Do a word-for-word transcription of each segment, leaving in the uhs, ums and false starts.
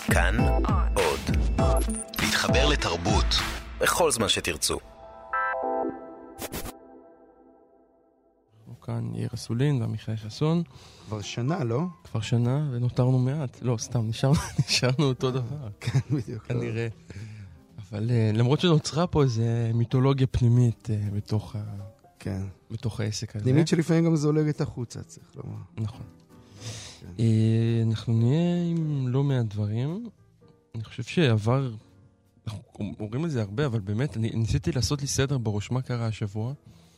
כאן עוד. להתחבר לתרבות בכל זמן שתרצו. כאן יאיר אסולין ועמיחי חסון. כבר שנה, לא? כבר שנה, ונותרנו מעט. לא, סתם, נשארנו, נשארנו אותו דבר. כן, בדיוק. כנראה. אבל למרות שנוצרה פה איזו מיתולוגיה פנימית בתוך ה... כן. בתוך העסק הזה. פנימית שלפעמים גם זולגת החוצה, צריך לומר. נכון. אנחנו נהיה עם לא מעט דברים. אני חושב שעבר, אנחנו אומרים את זה הרבה, אבל באמת, אני ניסיתי לעשות לי סדר בראש מה קרה השבוע,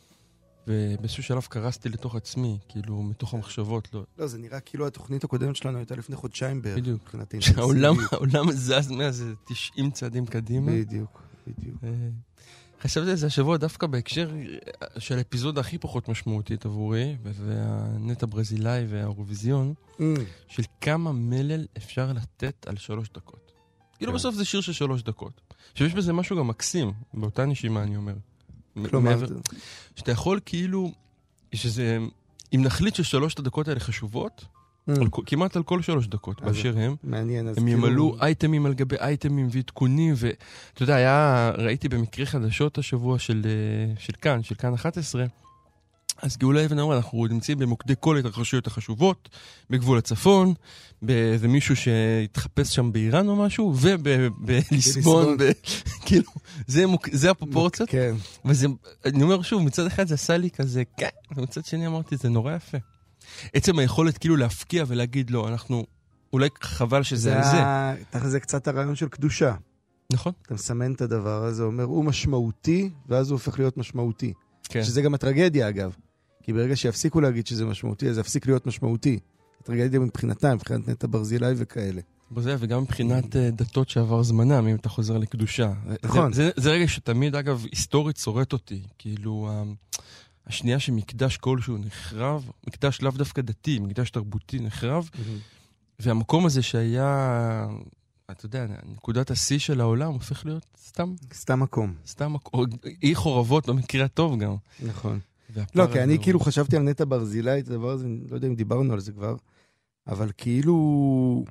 ובאיזשהו שלב קרסתי לתוך עצמי, כאילו, מתוך המחשבות. לא, לא, זה נראה כאילו התוכנית הקודמת שלנו הייתה לפני חודשיים בערך. בדיוק. שהעולם זז מאז תשעים צעדים קדימה. בדיוק, בדיוק. חשבתי על זה השבוע דווקא בהקשר של האפיזודה הכי פחות משמעותית עבורי, וזה הנט הברזילאי והאירוויזיון, mm. של כמה מלל אפשר לתת על שלוש דקות. כאילו בסוף זה שיר של שלוש דקות. שיש בזה משהו גם מקסים, באותה נשימה אני אומר. כלומר, שאתה יכול כאילו, שזה, אם נחליט ששלוש הדקות האלה חשובות, על, כמעט על כל שלוש דקות באשר הם, מעניין, הם ימלאו אייטמים על גבי אייטמים ועדכונים, ואתה יודע, היה, ראיתי במקרה חדשות השבוע של, של כאן, של כאן אחת עשרה, אז גאולה אבן אמרה, אנחנו נמצאים במוקדי כל ההתרחשויות החשובות, בגבול הצפון, באיזה מישהו שהתחפש שם באיראן או משהו, ובליסבון, כאילו, זה הפרופורציות. כן. וזה, אני אומר שוב, מצד אחד זה עשה לי כזה, כן, ומצד שני אמרתי, זה נורא יפה. עצם היכולת כאילו להפקיע ולהגיד לו, אנחנו, אולי חבל שזה על זה. זה קצת הרעיון של קדושה. נכון. אתה מסמן את הדבר הזה, אומר, הוא משמעותי, ואז הוא הופך להיות משמעותי. כן. שזה גם הטרגדיה, אגב. כי ברגע שיפסיקו להגיד שזה משמעותי, אז יפסיק להיות משמעותי. הטרגדיה מבחינתה, מבחינת נטע ברזילאי וכאלה. בזה, וגם מבחינת דתות שעבר זמנם, אם אתה חוזר לקדושה. נכון. זה, זה, זה רגע שתמיד, אגב, היסטורית צורט אותי. כאילו, השנייה שמקדש כלשהו נחרב, מקדש לאו דווקא דתי, מקדש תרבותי נחרב, והמקום הזה שהיה, אתה יודע, נקודת השיא של העולם הופך להיות סתם... סתם מקום. סתם מקום. אי חורבות במקרה הטוב גם. נכון. לא, כי אני כאילו חשבתי על נטע ברזילאי, את הדבר הזה, לא יודע אם דיברנו על זה כבר, אבל כאילו...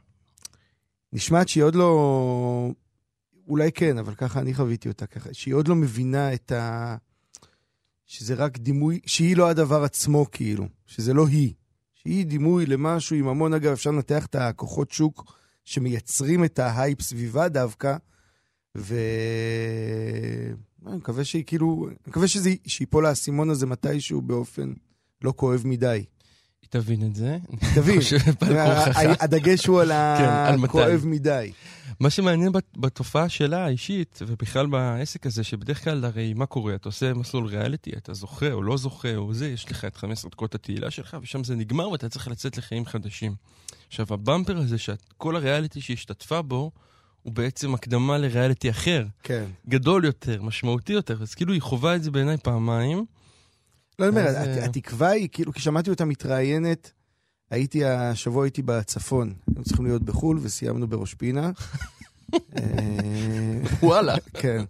נשמעת שהיא עוד לא... אולי כן, אבל ככה אני חוויתי אותה ככה, שהיא עוד לא מבינה את ה... שזה רק דימוי, שהיא לא הדבר עצמו כאילו, שזה לא היא. שהיא דימוי למשהו עם המון, אגב, אפשר לנתח את הכוחות שוק שמייצרים את ההייפ סביבה דווקא, ואני מקווה שהיא כאילו, אני מקווה שזה, שיפול האסימון הזה מתישהו באופן לא כואב מדי. היא תבין את זה. תבין. הדגש הוא על הכואב מדי. מה שמעניין בתופעה שלה האישית, ובכלל בעסק הזה, שבדרך כלל הרי מה קורה? אתה עושה מסלול ריאליטי, אתה זוכה או לא זוכה, או זה, יש לך את חמש עשרה דקות התהילה שלך, ושם זה נגמר, ואתה צריך לצאת לחיים חדשים. עכשיו, הבמפר הזה, שכל הריאליטי שהשתתפה בו, הוא בעצם הקדמה לריאליטי אחר. כן. גדול יותר, משמעותי יותר, אז כאילו היא חובה את זה בעיניי פעמיים. לא, אני אומר, התקווה היא, כאילו, כי שמעתי אותה מתראיינת, הייתי, השבוע הייתי בצפון, הם צריכים להיות בחול, וסיימנו בראש פינה. וואלה. כן.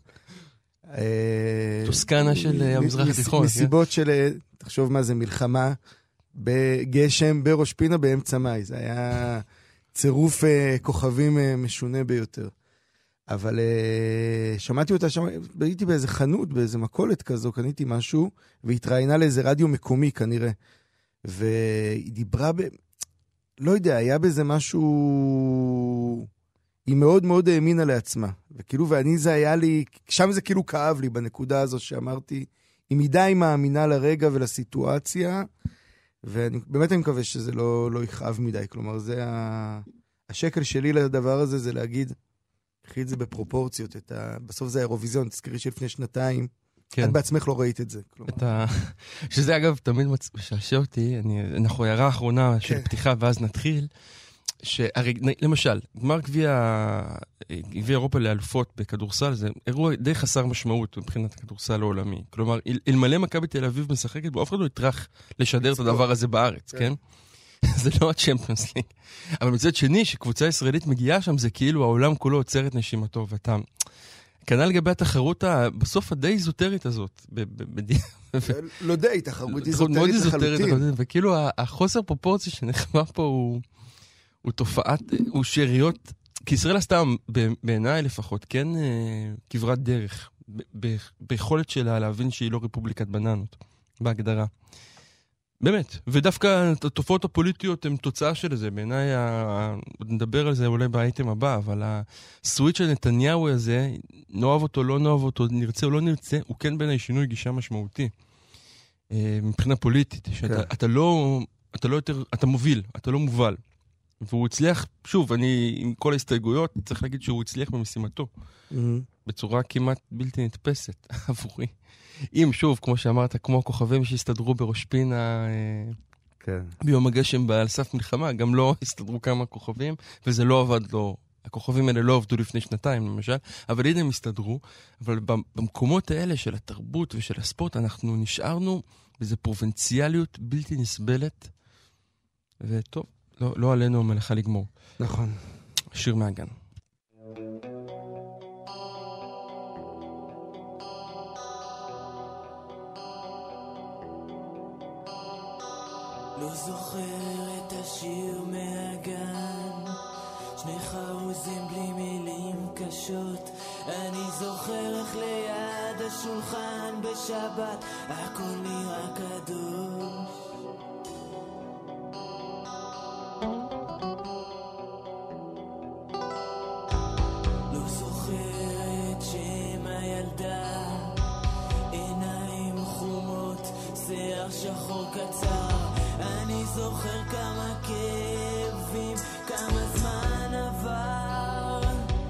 טוסקנה של המזרח התיכון. מסיבות של, תחשוב מה זה, מלחמה בגשם, בראש פינה, באמצע מאי. זה היה צירוף כוכבים משונה ביותר. אבל שמעתי אותה, הייתי באיזה חנות, באיזה מקולת כזו, קניתי משהו, והתראיינה לאיזה רדיו מקומי כנראה. והיא דיברה ב... לא יודע, היה בזה משהו... היא מאוד מאוד האמינה לעצמה. וכאילו, ואני זה היה לי... שם זה כאילו כאב לי בנקודה הזו שאמרתי, היא מדי מאמינה לרגע ולסיטואציה, ואני באמת אני מקווה שזה לא, לא יכאב מדי. כלומר, זה ה... השקל שלי לדבר הזה זה להגיד, קחי את זה בפרופורציות. את ה... בסוף זה האירוויזיון, תזכרי שלפני שנתיים, כן. את בעצמך לא ראית את זה. את ה... שזה אגב תמיד משעשע אותי, אני... אנחנו הערה האחרונה של כן. פתיחה ואז נתחיל, שהרי, למשל, גמר גביע אירופה לאלופות בכדורסל, זה אירוע די חסר משמעות מבחינת הכדורסל העולמי. כלומר, אלמלא מכבי תל אביב משחקת, באף אחד לא יטרח לשדר את הדבר הזה בארץ, כן? זה לא הצ'מפיונס ליג. אבל מצד שני, שקבוצה ישראלית מגיעה שם, זה כאילו העולם כולו עוצר את נשימתו, ואתה... כנ"ל לגבי התחרות בסוף הדי איזוטרית הזאת. לא די, תחרות איזוטרית לחלוטין. וכאילו החוסר פרופורציה שנחמה פה הוא תופעת, הוא שאריות כי ישראל עשתה, בעיניי לפחות, כן, כברת דרך, ביכולת שלה להבין שהיא לא רפובליקת בננות, בהגדרה. באמת, ודווקא התופעות הפוליטיות הן תוצאה של זה, בעיניי, נדבר על זה אולי באייטם הבא, אבל הסוויץ' של נתניהו הזה, נאהב אותו, לא נאהב אותו, נרצה או לא נרצה, הוא כן בעיניי שינוי גישה משמעותי, מבחינה פוליטית, שאתה אתה לא, אתה לא יותר, אתה מוביל, אתה לא מובל. והוא הצליח, שוב, אני עם כל ההסתייגויות, צריך להגיד שהוא הצליח במשימתו, mm-hmm. בצורה כמעט בלתי נתפסת עבורי. אם שוב, כמו שאמרת, כמו הכוכבים שהסתדרו בראש פינה, כן. ביום הגשם על סף מלחמה, גם לא הסתדרו כמה כוכבים, וזה לא עבד לו. הכוכבים האלה לא עבדו לפני שנתיים, למשל, אבל הנה הם הסתדרו, אבל במקומות האלה של התרבות ושל הספורט, אנחנו נשארנו באיזו פרובינציאליות בלתי נסבלת, וטוב. לא, לא עלינו המלאכה לגמור. נכון. שיר מהגן. לא זוכר את השיר מהגן, שני חרוזים בלי מילים קשות. אני זוכר איך ליד השולחן בשבת הכל נראה קדוש. לא זוכר את שם הילדה, עיניים חומות, שיער שחור קצר. אני זוכר כמה כאבים, כמה זמן עבר.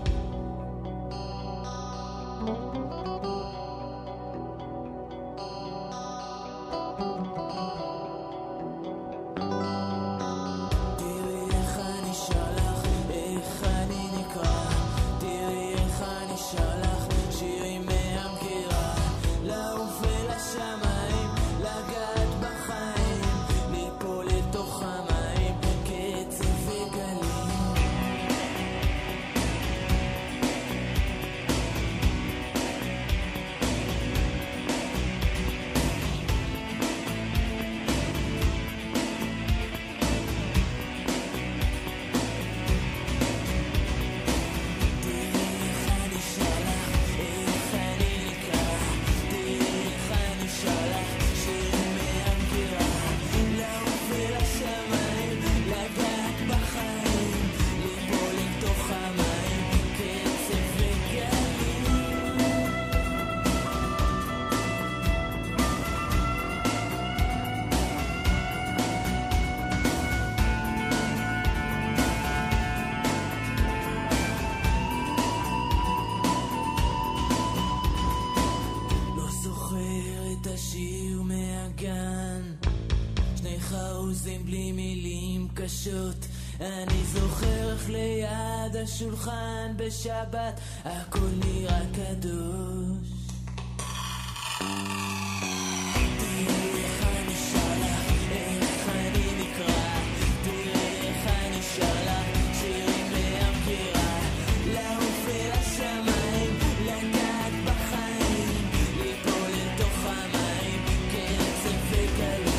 תראי איך אני שלח, איך אני נקרא. תראי איך אני שלח, שירים מהמגירה. לעוף אל השמיים, לגעת בחיים, ליפול לתוך המים, קצב וגלים. אני זוכר איך ליד השולחן בשבת הכל נראה קדוש. תראי איך אני שלח, איך אני נקרא. תראי איך אני שלח, שירים מהמגירה. לעוף אל השמיים, לגעת בחיים, ליפול לתוך המים, קצב וגלים.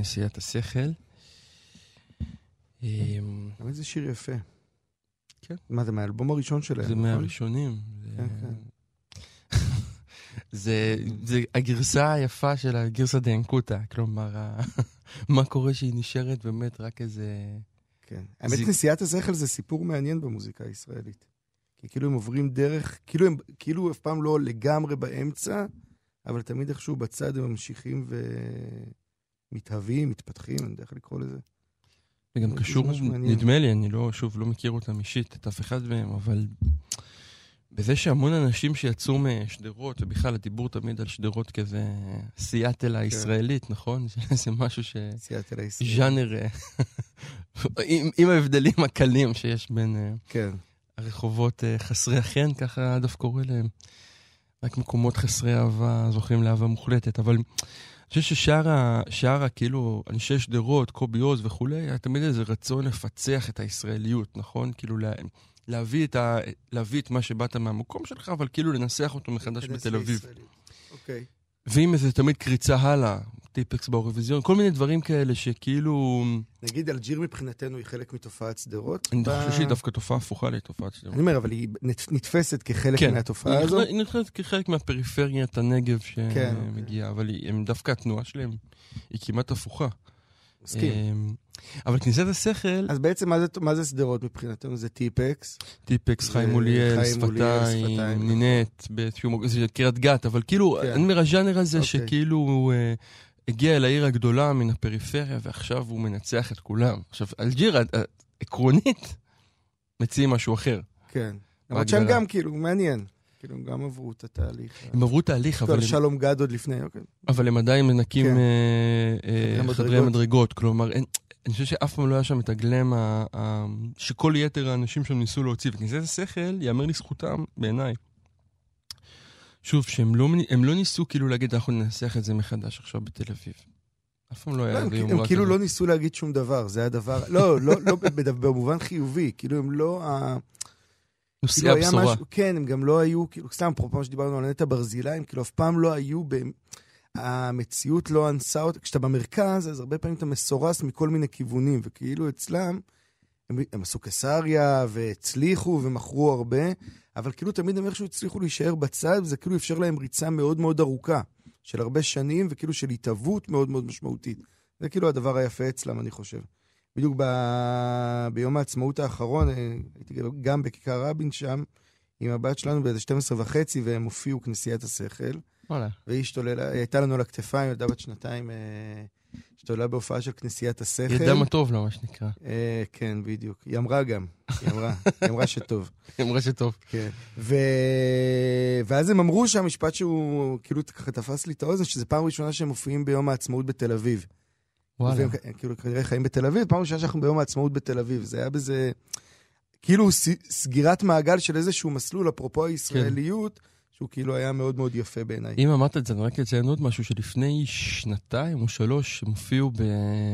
כנסיית השכל. באמת זה שיר יפה. כן. מה זה, מהאלבום הראשון שלהם? זה מהראשונים. זה הגרסה היפה של הגרסה דאנקוטה, כלומר, מה קורה שהיא נשארת באמת רק איזה... כן. האמת, כנסיית השכל זה סיפור מעניין במוזיקה הישראלית. כי כאילו הם עוברים דרך, כאילו הם, כאילו אף פעם לא לגמרי באמצע, אבל תמיד איכשהו בצד הם ממשיכים ומתהווים, מתפתחים, אני יודע איך לקרוא לזה. וגם קשור, נדמה לי, אני לא, שוב, לא מכיר אותם אישית, את אף אחד מהם, אבל בזה שהמון אנשים שיצאו משדרות, ובכלל הדיבור תמיד על שדרות כזה סיאטל הישראלית, נכון? זה משהו ש... סיאטל הישראלית. ז'אנר, עם ההבדלים הקלים שיש בין הרחובות חסרי החן, ככה דווקא קורא להם. רק מקומות חסרי אהבה, זוכים לאהבה מוחלטת, אבל... אני חושב ששאר, כאילו, אנשי שדרות, קובי עוז וכולי, היה תמיד איזה רצון לפצח את הישראליות, נכון? כאילו, לה, להביא, את ה, להביא את מה שבאת מהמקום שלך, אבל כאילו לנסח אותו מחדש בתל אביב. אוקיי. ועם איזה תמיד קריצה הלאה, טיפקס באירוויזיון, כל מיני דברים כאלה שכאילו... נגיד, אלג'יר מבחינתנו היא חלק מתופעת שדרות? אני חושב שהיא דווקא תופעה הפוכה לתופעת שדרות. אני אומר, אבל היא נתפסת כחלק מהתופעה הזו? כן, היא נתפסת כחלק מהפריפריית הנגב שמגיעה, אבל הם דווקא התנועה שלהם, היא כמעט הפוכה. מסכים. אבל כניסת השכל... אז בעצם מה זה שדרות מבחינתנו? זה טיפקס? טיפקס, חיים מוליאל, שפתיים, נינט, זה קריית גת, אבל כאילו, אני אומר, הז'אנר הזה שכאילו הגיע אל העיר הגדולה מן הפריפריה, ועכשיו הוא מנצח את כולם. עכשיו, אלג'יר, עקרונית, מציעים משהו אחר. כן. למרות שהם גם כאילו, מעניין. כאילו הם גם עברו את התהליך. הם עברו תהליך, אבל... שלום גד עוד לפני, אוקיי. אבל הם עדיין מנקים חדרי מדרגות. כלומר, אני חושב שאף פעם לא היה שם את הגלם שכל יתר האנשים שם ניסו להוציא. וכניסת השכל, יאמר לזכותם בעיניי. שוב, שהם לא ניסו כאילו להגיד, אנחנו ננסח את זה מחדש עכשיו בתל אביב. אף פעם לא היה... הם כאילו לא ניסו להגיד שום דבר, זה הדבר... לא, לא במובן חיובי, כאילו הם לא... נושאי הבשורה. כן, הם גם לא היו, סתם, פרופו שדיברנו על נטע ברזילאים, כאילו אף פעם לא היו, המציאות לא אנסה אותה, כשאתה במרכז, אז הרבה פעמים אתה מסורס מכל מיני כיוונים, וכאילו אצלם, הם עשו קיסריה, והצליחו, ומכרו הרבה, אבל כאילו תמיד הם איכשהו הצליחו להישאר בצד, וזה כאילו אפשר להם ריצה מאוד מאוד ארוכה, של הרבה שנים, וכאילו של התהוות מאוד מאוד משמעותית. זה כאילו הדבר היפה אצלם, אני חושב. בדיוק ב... ביום העצמאות האחרון, הייתי גם בכיכר רבין שם, עם הבת שלנו באיזה שתים עשרה וחצי, והם הופיעו כנסיית השכל. וואלה. והיא השתוללה, היא הייתה לנו על הכתפיים, ילדה בת שנתיים, השתוללה בהופעה של כניסיית השכל. ידע מה טוב לה, מה שנקרא. כן, בדיוק. היא אמרה גם. היא אמרה, היא אמרה שטוב. היא אמרה שטוב. כן. ו... ואז הם אמרו שהמשפט שהוא, כאילו, ככה תפס לי את האוזן, שזה פעם ראשונה שהם מופיעים ביום העצמאות בתל אביב. וואלה. כאילו, כנראה חיים בתל אביב, פעם ראשונה שאנחנו ביום העצמאות בתל אביב. זה היה בזה, כאילו, סגירת מעגל של איזשהו מסלול, אפרופו הישראליות, שהוא כאילו היה מאוד מאוד יפה בעיניי. אם אמרת את זה, אני רק לציין עוד משהו, שלפני שנתיים או שלוש, הם הופיעו ב...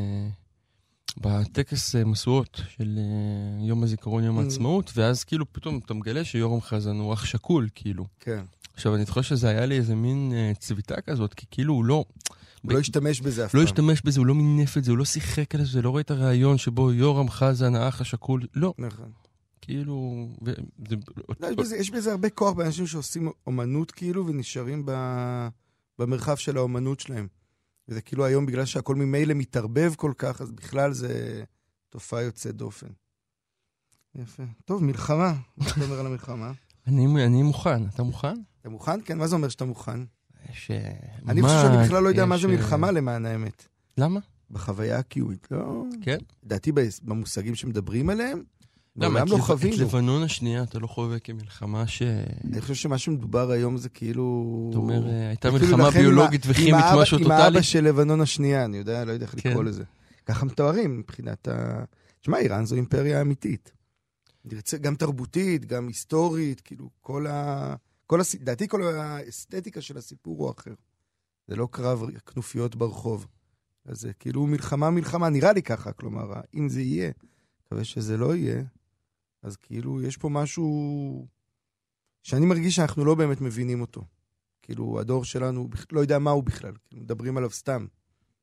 בטקס מסועות של יום הזיכרון, יום העצמאות, ואז כאילו פתאום אתה מגלה שיורם חזן הוא אח שקול, כאילו. כן. עכשיו, אני חושב שזה היה לי איזה מין צביטה כזאת, כי כאילו הוא לא... הוא לא השתמש בזה אף פעם. לא השתמש בזה, הוא לא מינף את זה, הוא לא שיחק על זה, לא רואה את הרעיון שבו יורם חזן, האח השקול, לא. נכון. כאילו... יש בזה הרבה כוח באנשים שעושים אומנות כאילו, ונשארים במרחב של האומנות שלהם. וזה כאילו היום, בגלל שהכל ממילא מתערבב כל כך, אז בכלל זה תופעה יוצאת דופן. יפה. טוב, מלחמה. מה אתה אומר על המלחמה? אני מוכן. אתה מוכן? אתה מוכן? כן, מה זה אומר שאתה מוכן? ש... אני חושב שאני בכלל לא יודע מה זה מלחמה למען האמת. למה? בחוויה הקיואית, לא? כן? דעתי במושגים שמדברים עליהם, מעולם לא חווינו. את לבנון השנייה אתה לא חווה כמלחמה ש... אני חושב שמה שמדובר היום זה כאילו... אתה אומר, הייתה מלחמה ביולוגית וכימית משהו טוטלי? עם האבא של לבנון השנייה, אני יודע, לא יודע איך לקרוא לזה. ככה מתוארים מבחינת ה... תשמע, איראן זו אימפריה אמיתית. גם תרבותית, גם היסטורית, כאילו כל ה... דעתי כל האסתטיקה של הסיפור הוא אחר. זה לא קרב כנופיות ברחוב. אז זה כאילו מלחמה, מלחמה, נראה לי ככה, כלומר, אם זה יהיה, מקווה שזה לא יהיה, אז כאילו יש פה משהו שאני מרגיש שאנחנו לא באמת מבינים אותו. כאילו הדור שלנו לא יודע מה הוא בכלל, כאילו מדברים עליו סתם.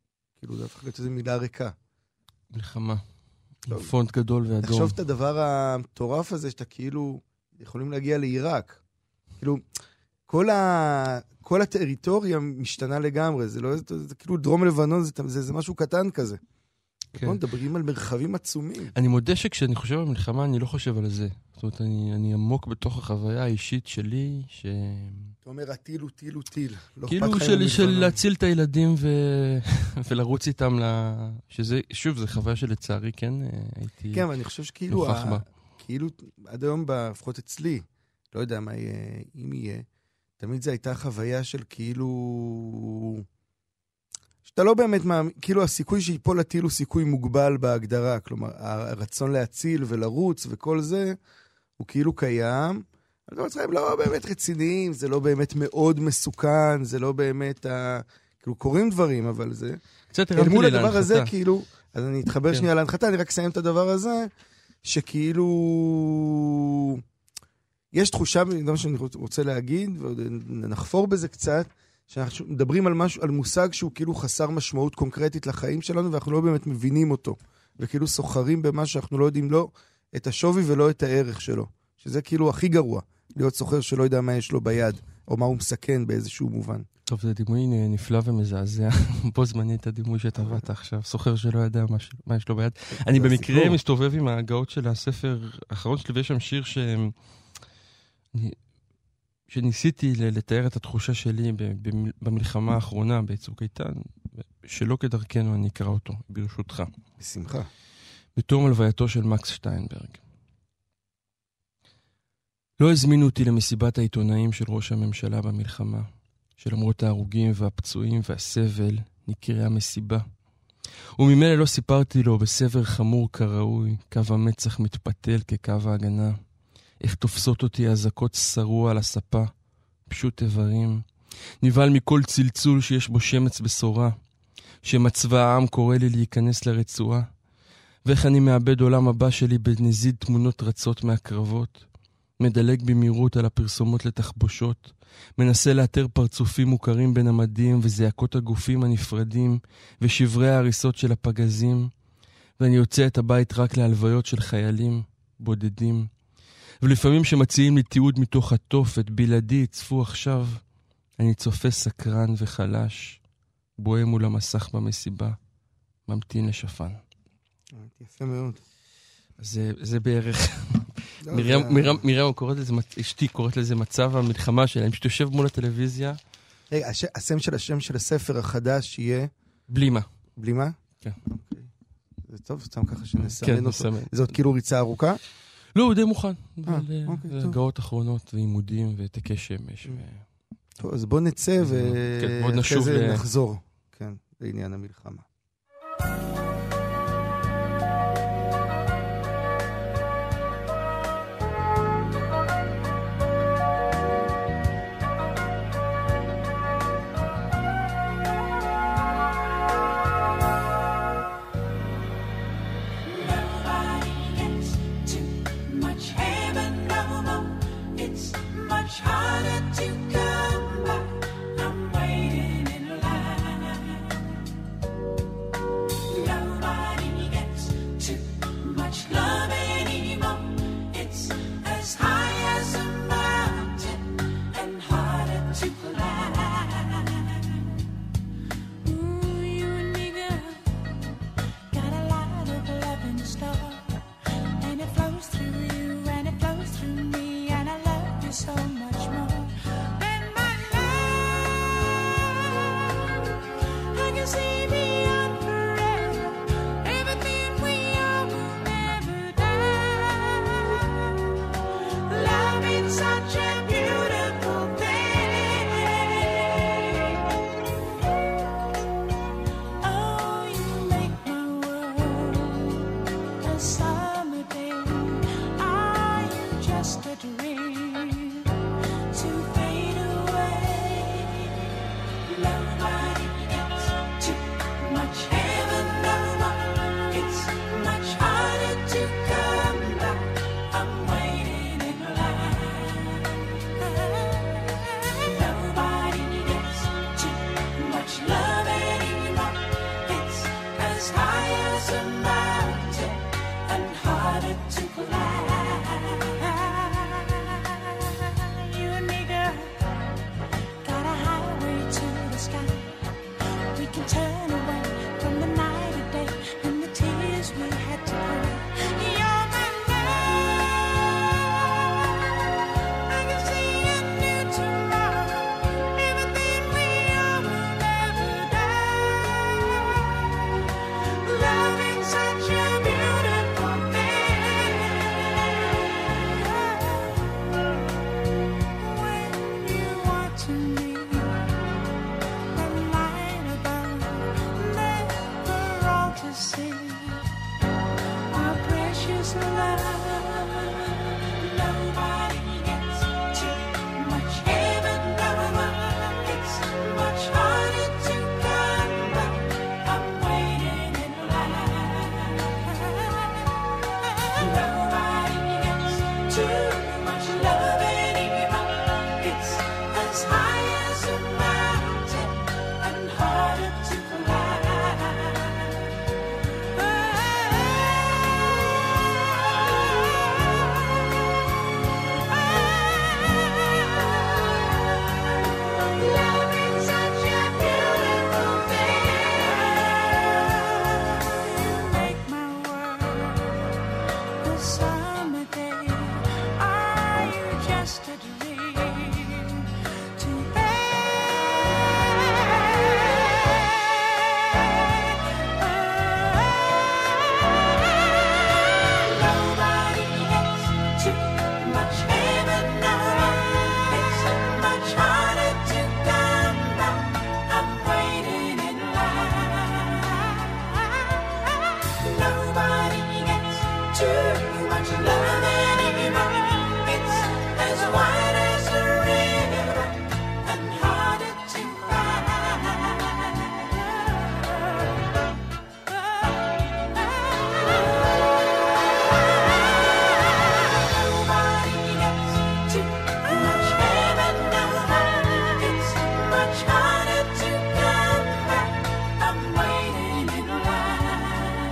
כאילו, זה הפך להיות איזו מילה ריקה. מלחמה. פונט גדול ואדום. תחשוב את הדבר המטורף הזה, שאתה כאילו, יכולים להגיע לעיראק. כאילו, כל ה... כל הטריטוריה משתנה לגמרי, זה לא, זה, זה כאילו דרום לבנון, זה, זה, זה משהו קטן כזה. כן. מדברים על מרחבים עצומים. אני מודה שכשאני חושב על מלחמה, אני לא חושב על זה. זאת אומרת, אני, אני עמוק בתוך החוויה האישית שלי, ש... אתה אומר, הטיל הוא טיל הוא טיל. לא כאילו של, של להציל את הילדים ו... ולרוץ איתם, ל... שזה, שוב, זו חוויה שלצערי, כן, הייתי כן, אבל אני חושב שכאילו, ה... כאילו, עד היום, לפחות אצלי, לא יודע מה יהיה, אם יהיה, תמיד זו הייתה חוויה של כאילו... שאתה לא באמת מאמין, כאילו הסיכוי שיפול הטיל הוא סיכוי מוגבל בהגדרה, כלומר, הרצון להציל ולרוץ וכל זה, הוא כאילו קיים, אבל הם לא באמת רציניים, זה לא באמת מאוד מסוכן, זה לא באמת, ה... כאילו קורים דברים, אבל זה... קצת הרמתי לי להנחתה. הדבר הזה, כאילו, אז אני אתחבר כן. שנייה להנחתה, אני רק אסיים את הדבר הזה, שכאילו... יש תחושה, גם שאני רוצה להגיד, ונחפור בזה קצת, שאנחנו מדברים על משהו, על מושג שהוא כאילו חסר משמעות קונקרטית לחיים שלנו, ואנחנו לא באמת מבינים אותו. וכאילו סוחרים במה שאנחנו לא יודעים לא את השווי ולא את הערך שלו. שזה כאילו הכי גרוע, להיות סוחר שלא יודע מה יש לו ביד, או מה הוא מסכן באיזשהו מובן. טוב, זה דימוי נפלא ומזעזע. בו זמני את הדימוי שטבעת עכשיו. סוחר שלא יודע מה, מה יש לו ביד. אני במקרה מסתובב עם ההגאות של הספר האחרון שלי, ויש שם שיר ש... שניסיתי לתאר את התחושה שלי במלחמה האחרונה בצוק איתן, שלא כדרכנו אני אקרא אותו, ברשותך. בשמחה. בתום הלווייתו של מקס שטיינברג. לא הזמינו אותי למסיבת העיתונאים של ראש הממשלה במלחמה, שלמרות ההרוגים והפצועים והסבל נקראה מסיבה. וממילא לא סיפרתי לו בסבר חמור כראוי, קו המצח מתפתל כקו ההגנה. איך תופסות אותי הזקות שרוע על הספה, פשוט איברים. נבהל מכל צלצול שיש בו שמץ בשורה, שמצווה העם קורא לי להיכנס לרצועה, ואיך אני מאבד עולם הבא שלי בנזיד תמונות רצות מהקרבות, מדלג במהירות על הפרסומות לתחבושות, מנסה לאתר פרצופים מוכרים בין המדים וזעקות הגופים הנפרדים ושברי ההריסות של הפגזים, ואני יוצא את הבית רק להלוויות של חיילים בודדים, ולפעמים שמציעים לי תיעוד מתוך התופת, בלעדי, צפו עכשיו, אני צופה סקרן וחלש, בואה מול המסך במסיבה, ממתין לשפן. יפה מאוד. זה, זה בערך, מרים, מרים, מרים קוראת לזה, אשתי קוראת לזה מצב המלחמה שלהם, פשוט יושב מול הטלוויזיה. רגע, השם של השם של הספר החדש יהיה? בלימה. בלימה? כן. אוקיי. זה טוב, סתם ככה שנסמן אותו. זאת כאילו ריצה ארוכה? לא, הוא די מוכן. הגאות אחרונות ועימודים ותקי שמש. טוב, אז בוא נצא ואחרי זה נחזור. כן, לעניין המלחמה. It's just a dream to nobody gets too much heaven now. It's much harder to come back. I'm waiting in line. Nobody gets too much love anymore. It's as wide as a river and harder to Nobody gets too much heaven now. It's much harder to come back. I'm waiting in line.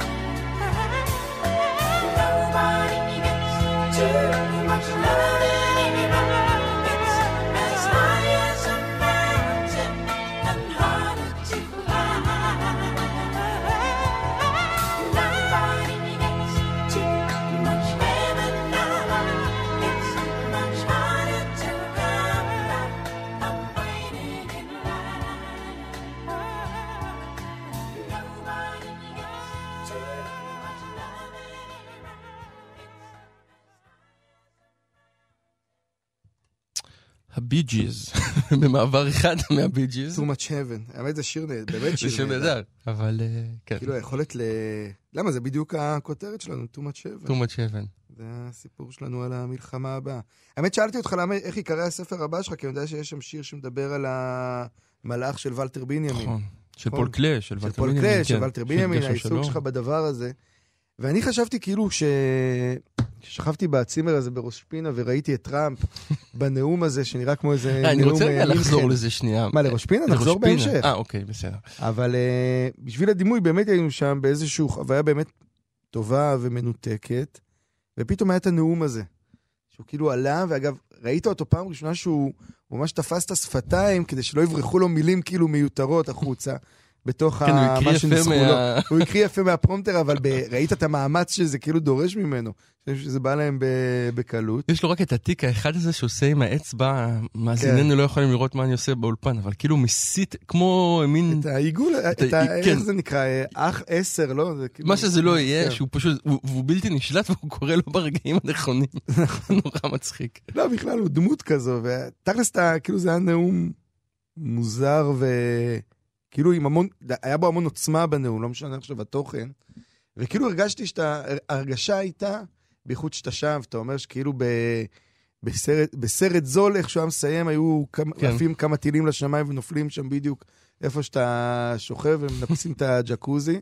Nobody gets too much love anymore. It's as high as a mountain and harder to climb. Nobody gets too much heaven now. It's much harder to come back. I'm waiting in line. Nobody gets too much love anymore. הבי ג'יז, במעבר אחד מהבי ג'יז. Too much heaven. האמת זה שיר נהדר, באמת זה שיר שיר נהדר. נהדר, אבל אה, כן. כאילו היכולת ל... למה? זה בדיוק הכותרת שלנו, Too much heaven. too much heaven. זה הסיפור שלנו על המלחמה הבאה. האמת שאלתי אותך למה, איך יקרא הספר הבא שלך, כי אני יודע שיש שם שיר שמדבר על המלאך של ולטר בנימין. נכון. של נכון. פול קלה, של של ולטר פול בנימין. קלה, של כן. ולטר בנימין, גשם העיסוק שלום. שלך בדבר הזה. ואני חשבתי כאילו ש... ששכבתי בצימר הזה בראש פינה וראיתי את טראמפ בנאום הזה, שנראה כמו איזה נאום... אני רוצה רגע מינכן. לחזור לזה שנייה. מה, לראש פינה? לראש נחזור פינה. בהמשך. אה, אוקיי, בסדר. אבל uh, בשביל הדימוי באמת היינו שם באיזושהי חוויה באמת טובה ומנותקת, ופתאום היה את הנאום הזה, שהוא כאילו עלה, ואגב, ראית אותו פעם ראשונה שהוא ממש תפס את השפתיים, כדי שלא יברחו לו מילים כאילו מיותרות החוצה, בתוך כן, הוא ה... הקריא מה יפה שניסחו מה- לו. הוא הקריא יפה מהפרומטר, אבל ב... ראית את המאמץ שזה כאילו דורש ממנו, שזה בא להם ב... בקלות. יש לו רק את התיק האחד הזה שעושה עם האצבע, מאזיננו לא יכולים לראות מה אני עושה באולפן, אבל כאילו מסית כמו מין... את העיגול, את ה... כן. איך זה נקרא? אח עשר, לא? זה כאילו... מה שזה לא יהיה, כן. שהוא פשוט, הוא- והוא בלתי נשלט והוא קורא לו ברגעים הנכונים. נורא מצחיק. לא, בכלל הוא דמות כזו, ותכלס אתה, כאילו זה היה נאום מוזר וכאילו עם המון, היה בו המון עוצמה בנאום, לא משנה עכשיו התוכן, וכאילו הרגשתי שאתה, הרגשה הייתה, בייחוד שאתה שם, אתה אומר שכאילו ב, בסרט, בסרט זול, איך שהוא היה מסיים, היו כמה, כן. עפים כמה טילים לשמיים ונופלים שם בדיוק איפה שאתה שוכב ומנפסים את הג'קוזי.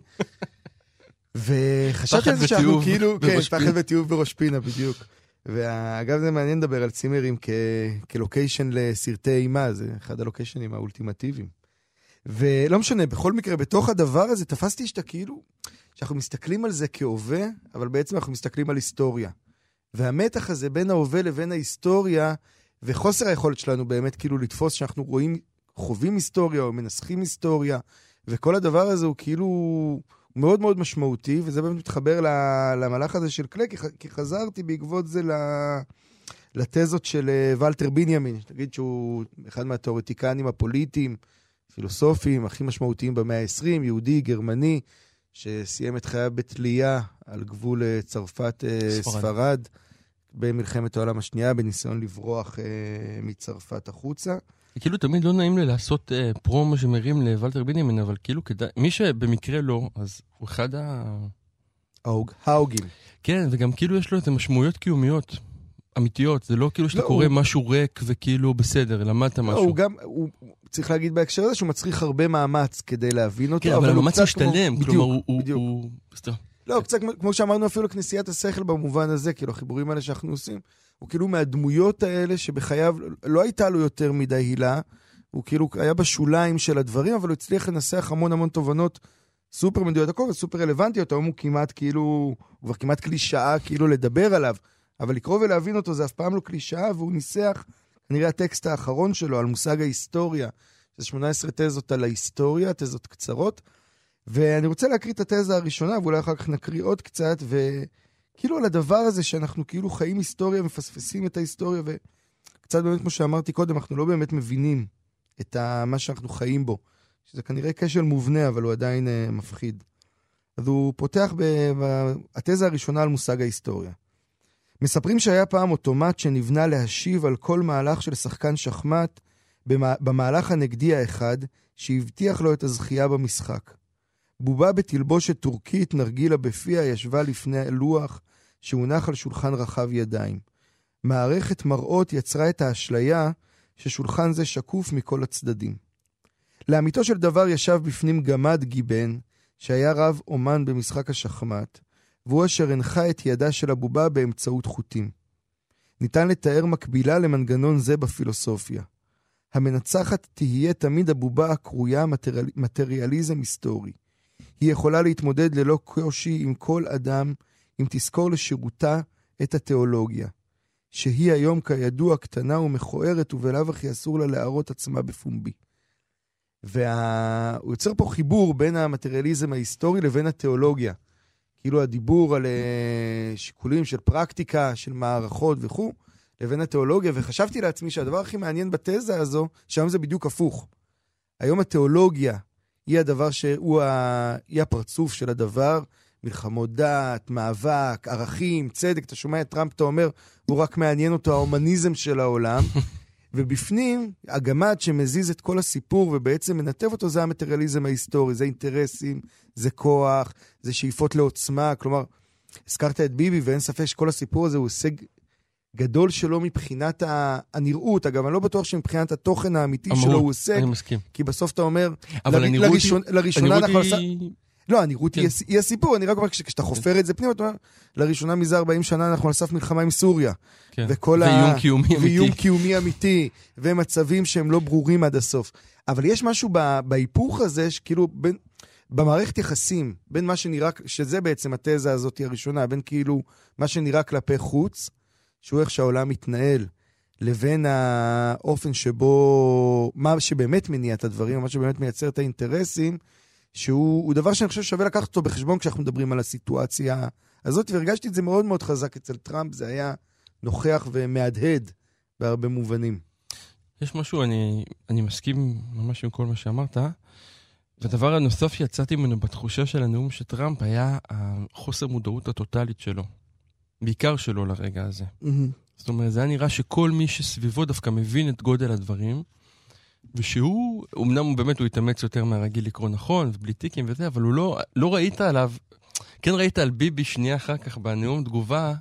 וחשבתי על זה שאנחנו וטיוב כאילו, כן, בראש פחד פינה. וטיוב בראש פינה בדיוק. ואגב זה מעניין לדבר על צימרים כ... כלוקיישן לסרטי אימה, זה אחד הלוקיישנים האולטימטיביים. ולא משנה, בכל מקרה, בתוך הדבר הזה תפסתי שאתה כאילו, שאנחנו מסתכלים על זה כהווה, אבל בעצם אנחנו מסתכלים על היסטוריה. והמתח הזה בין ההווה לבין ההיסטוריה, וחוסר היכולת שלנו באמת כאילו לתפוס שאנחנו רואים, חווים היסטוריה או מנסחים היסטוריה, וכל הדבר הזה הוא כאילו... הוא מאוד מאוד משמעותי, וזה באמת מתחבר למהלך הזה של קלה, כי חזרתי בעקבות זה לתזות של ולטר בנימין, שתגיד שהוא אחד מהתיאורטיקנים הפוליטיים, פילוסופיים, הכי משמעותיים במאה ה-עשרים, יהודי, גרמני, שסיים את חייו בתלייה על גבול צרפת ספרד, ספרד במלחמת העולם השנייה, בניסיון לברוח מצרפת החוצה. כאילו תמיד לא נעים לי לעשות אה, פרומו שמרים לוולטר בנימין, אבל כאילו כדאי, מי שבמקרה לא, אז הוא אחד ה... ההוג, ההוגים. כן, וגם כאילו יש לו את המשמעויות קיומיות, אמיתיות, זה לא כאילו שאתה לא, קורא הוא... משהו ריק וכאילו בסדר, למדת לא, משהו. הוא גם, הוא צריך להגיד בהקשר הזה שהוא מצריך הרבה מאמץ כדי להבין אותו. כן, אבל המאמץ משתלם, כמו... כלומר בדיוק, הוא... בדיוק. הוא... סתם. לא, קצת כמו שאמרנו אפילו כנסיית השכל במובן הזה, כאילו החיבורים האלה שאנחנו עושים, הוא כאילו מהדמויות האלה שבחייו לא הייתה לו יותר מדי הילה, הוא כאילו היה בשוליים של הדברים, אבל הוא הצליח לנסח המון המון תובנות סופר מדויקות וסופר רלוונטיות, היום הוא כמעט כאילו, הוא כבר כמעט קלישאה כאילו לדבר עליו, אבל לקרוא ולהבין אותו זה אף פעם לא קלישאה, והוא ניסח, נראה הטקסט האחרון שלו על מושג ההיסטוריה, זה שמונה עשרה תזות על ההיסטוריה, תזות קצרות, ואני רוצה להקריא את התזה הראשונה, ואולי אחר כך נקריא עוד קצת, וכאילו על הדבר הזה שאנחנו כאילו חיים היסטוריה, מפספסים את ההיסטוריה, קצת באמת, כמו שאמרתי קודם, אנחנו לא באמת מבינים את ה- מה שאנחנו חיים בו. שזה כנראה כשל מובנה, אבל הוא עדיין uh, מפחיד. אז הוא פותח בתזה הראשונה על מושג ההיסטוריה. מספרים שהיה פעם אוטומט שנבנה להשיב על כל מהלך של שחקן שחמט במהלך הנגדי האחד שהבטיח לו את הזכייה במשחק. בובה בתלבושת טורקית נרגילה בפיה ישבה לפני לוח שהונח על שולחן רחב ידיים. מערכת מראות יצרה את האשליה ששולחן זה שקוף מכל הצדדים. לאמיתו של דבר ישב בפנים גמד גיבן שהיה רב אומן במשחק השחמט, והוא אשר הנחה את ידה של הבובה באמצעות חוטים. ניתן לתאר מקבילה למנגנון זה בפילוסופיה. המנצחת תהיה תמיד הבובה הקרויה מטריאל... מטריאליזם היסטורי. היא יכולה להתמודד ללא קושי עם כל אדם, אם תזכור לשירותה את התיאולוגיה, שהיא היום כידוע קטנה ומכוערת ובלאו הכי אסור לה להראות עצמה בפומבי. והוא וה... יוצר פה חיבור בין המטריאליזם ההיסטורי לבין התיאולוגיה. כאילו הדיבור על שיקולים של פרקטיקה, של מערכות וכו', לבין התיאולוגיה, וחשבתי לעצמי שהדבר הכי מעניין בתזה הזו, שהיום זה בדיוק הפוך. היום התיאולוגיה היא הדבר שהוא ה... היא הפרצוף של הדבר, מלחמות דת, מאבק, ערכים, צדק, אתה שומע את טראמפ, אתה אומר, הוא רק מעניין אותו ההומניזם של העולם, ובפנים, הגמד שמזיז את כל הסיפור ובעצם מנתב אותו, זה המטריאליזם ההיסטורי, זה אינטרסים, זה כוח, זה שאיפות לעוצמה, כלומר, הזכרת את ביבי ואין ספק שכל הסיפור הזה הוא הישג גדול שלו מבחינת הנראות, אגב, אני לא בטוח שמבחינת התוכן האמיתי שלו הוא הישג, אני מסכים. כי בסוף אתה אומר, אבל הנראות לראשונה אנחנו עושה... היא... לא, הנראות היא הסיפור, אני רק אומר, כשאתה חופר את זה פנימה, אתה אומר, לראשונה מזה ארבעים שנה אנחנו על סף מלחמה עם סוריה. ואיום קיומי אמיתי. ואיום קיומי אמיתי, ומצבים שהם לא ברורים עד הסוף. אבל יש משהו בהיפוך הזה, שכאילו, במערכת יחסים, בין מה שנראה, שזה בעצם התזה הזאת הראשונה, בין כאילו מה שנראה כלפי חוץ, שהוא איך שהעולם מתנהל, לבין האופן שבו, מה שבאמת מניע את הדברים, מה שבאמת מייצר את האינטרסים, שהוא דבר שאני חושב שווה לקחת אותו בחשבון כשאנחנו מדברים על הסיטואציה הזאת, והרגשתי את זה מאוד מאוד חזק אצל טראמפ, זה היה נוכח ומהדהד בהרבה מובנים. יש משהו, אני, אני מסכים ממש עם כל מה שאמרת, והדבר הנוסף שיצאתי ממנו בתחושה של הנאום של טראמפ היה החוסר מודעות הטוטלית שלו, בעיקר שלו לרגע הזה. Mm-hmm. זאת אומרת, זה היה נראה שכל מי שסביבו דווקא מבין את גודל הדברים, ושהוא, אמנם הוא באמת, הוא התאמץ יותר מהרגיל לקרוא נכון, ובלי טיקים וזה, אבל הוא לא, לא ראית עליו, כן ראית על ביבי שנייה אחר כך בנאום תגובה,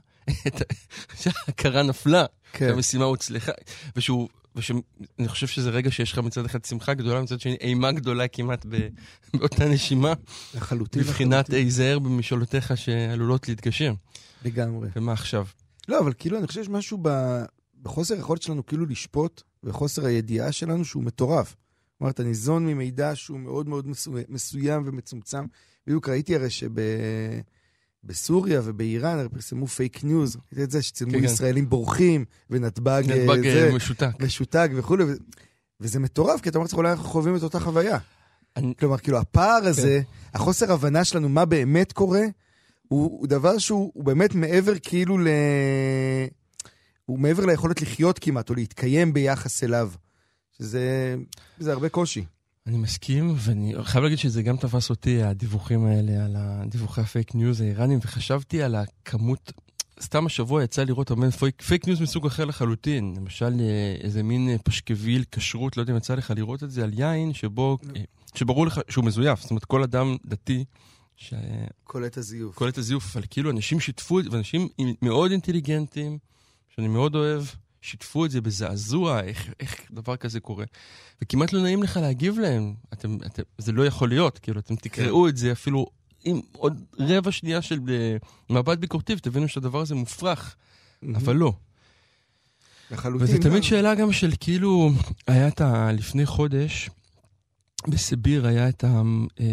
שההכרה נפלה, כן. שהמשימה הוצלחה, ושהוא, ושאני חושב שזה רגע שיש לך מצד אחד שמחה גדולה, מצד שני אימה גדולה כמעט באותה נשימה, לחלוטין, בבחינת היזהר במשאלותיך שעלולות להתגשם. לגמרי. ומה עכשיו? לא, אבל כאילו אני חושב שיש משהו בחוסר היכולת שלנו כאילו לשפוט, וחוסר הידיעה שלנו שהוא מטורף. כלומר, אתה ניזון ממידע שהוא מאוד מאוד מסוים ומצומצם. בדיוק ראיתי הרי שבסוריה ובאיראן הרי פרסמו פייק ניוז, ראיתי את זה שצילמו ישראלים בורחים, ונתב"ג משותק. משותק וכו'. וזה מטורף, כי אתה אומר, אולי אנחנו חווים את אותה חוויה. כלומר, כאילו, הפער הזה, החוסר הבנה שלנו מה באמת קורה, הוא דבר שהוא באמת מעבר כאילו ל... הוא מעבר ליכולת לחיות כמעט, או להתקיים ביחס אליו. שזה זה הרבה קושי. אני מסכים, ואני חייב להגיד שזה גם תפס אותי, הדיווחים האלה, על הדיווחי הפייק ניוז האיראנים, וחשבתי על הכמות, סתם השבוע יצא לראות הרבה פייק, פייק ניוז מסוג אחר לחלוטין. למשל, איזה מין פשקביל, כשרות, לא יודע אם יצא לך לראות את זה, על יין שבו, שברור לך שהוא מזויף. זאת אומרת, כל אדם דתי, ש... קולט הזיוף. קולט הזיוף, אבל כאילו אנשים שיתפו, ואנשים מאוד אינטליגנטים, שאני מאוד אוהב, שיתפו את זה בזעזוע, איך, איך דבר כזה קורה. וכמעט לא נעים לך להגיב להם. אתם, אתם, זה לא יכול להיות, כאילו, אתם תקראו את זה אפילו עם עוד רבע שנייה של מבט ביקורתי, תבינו שהדבר הזה מופרך, אבל לא. וזה תמיד שאלה גם של כאילו, היה את ה... לפני חודש, בסיביר היה את ה...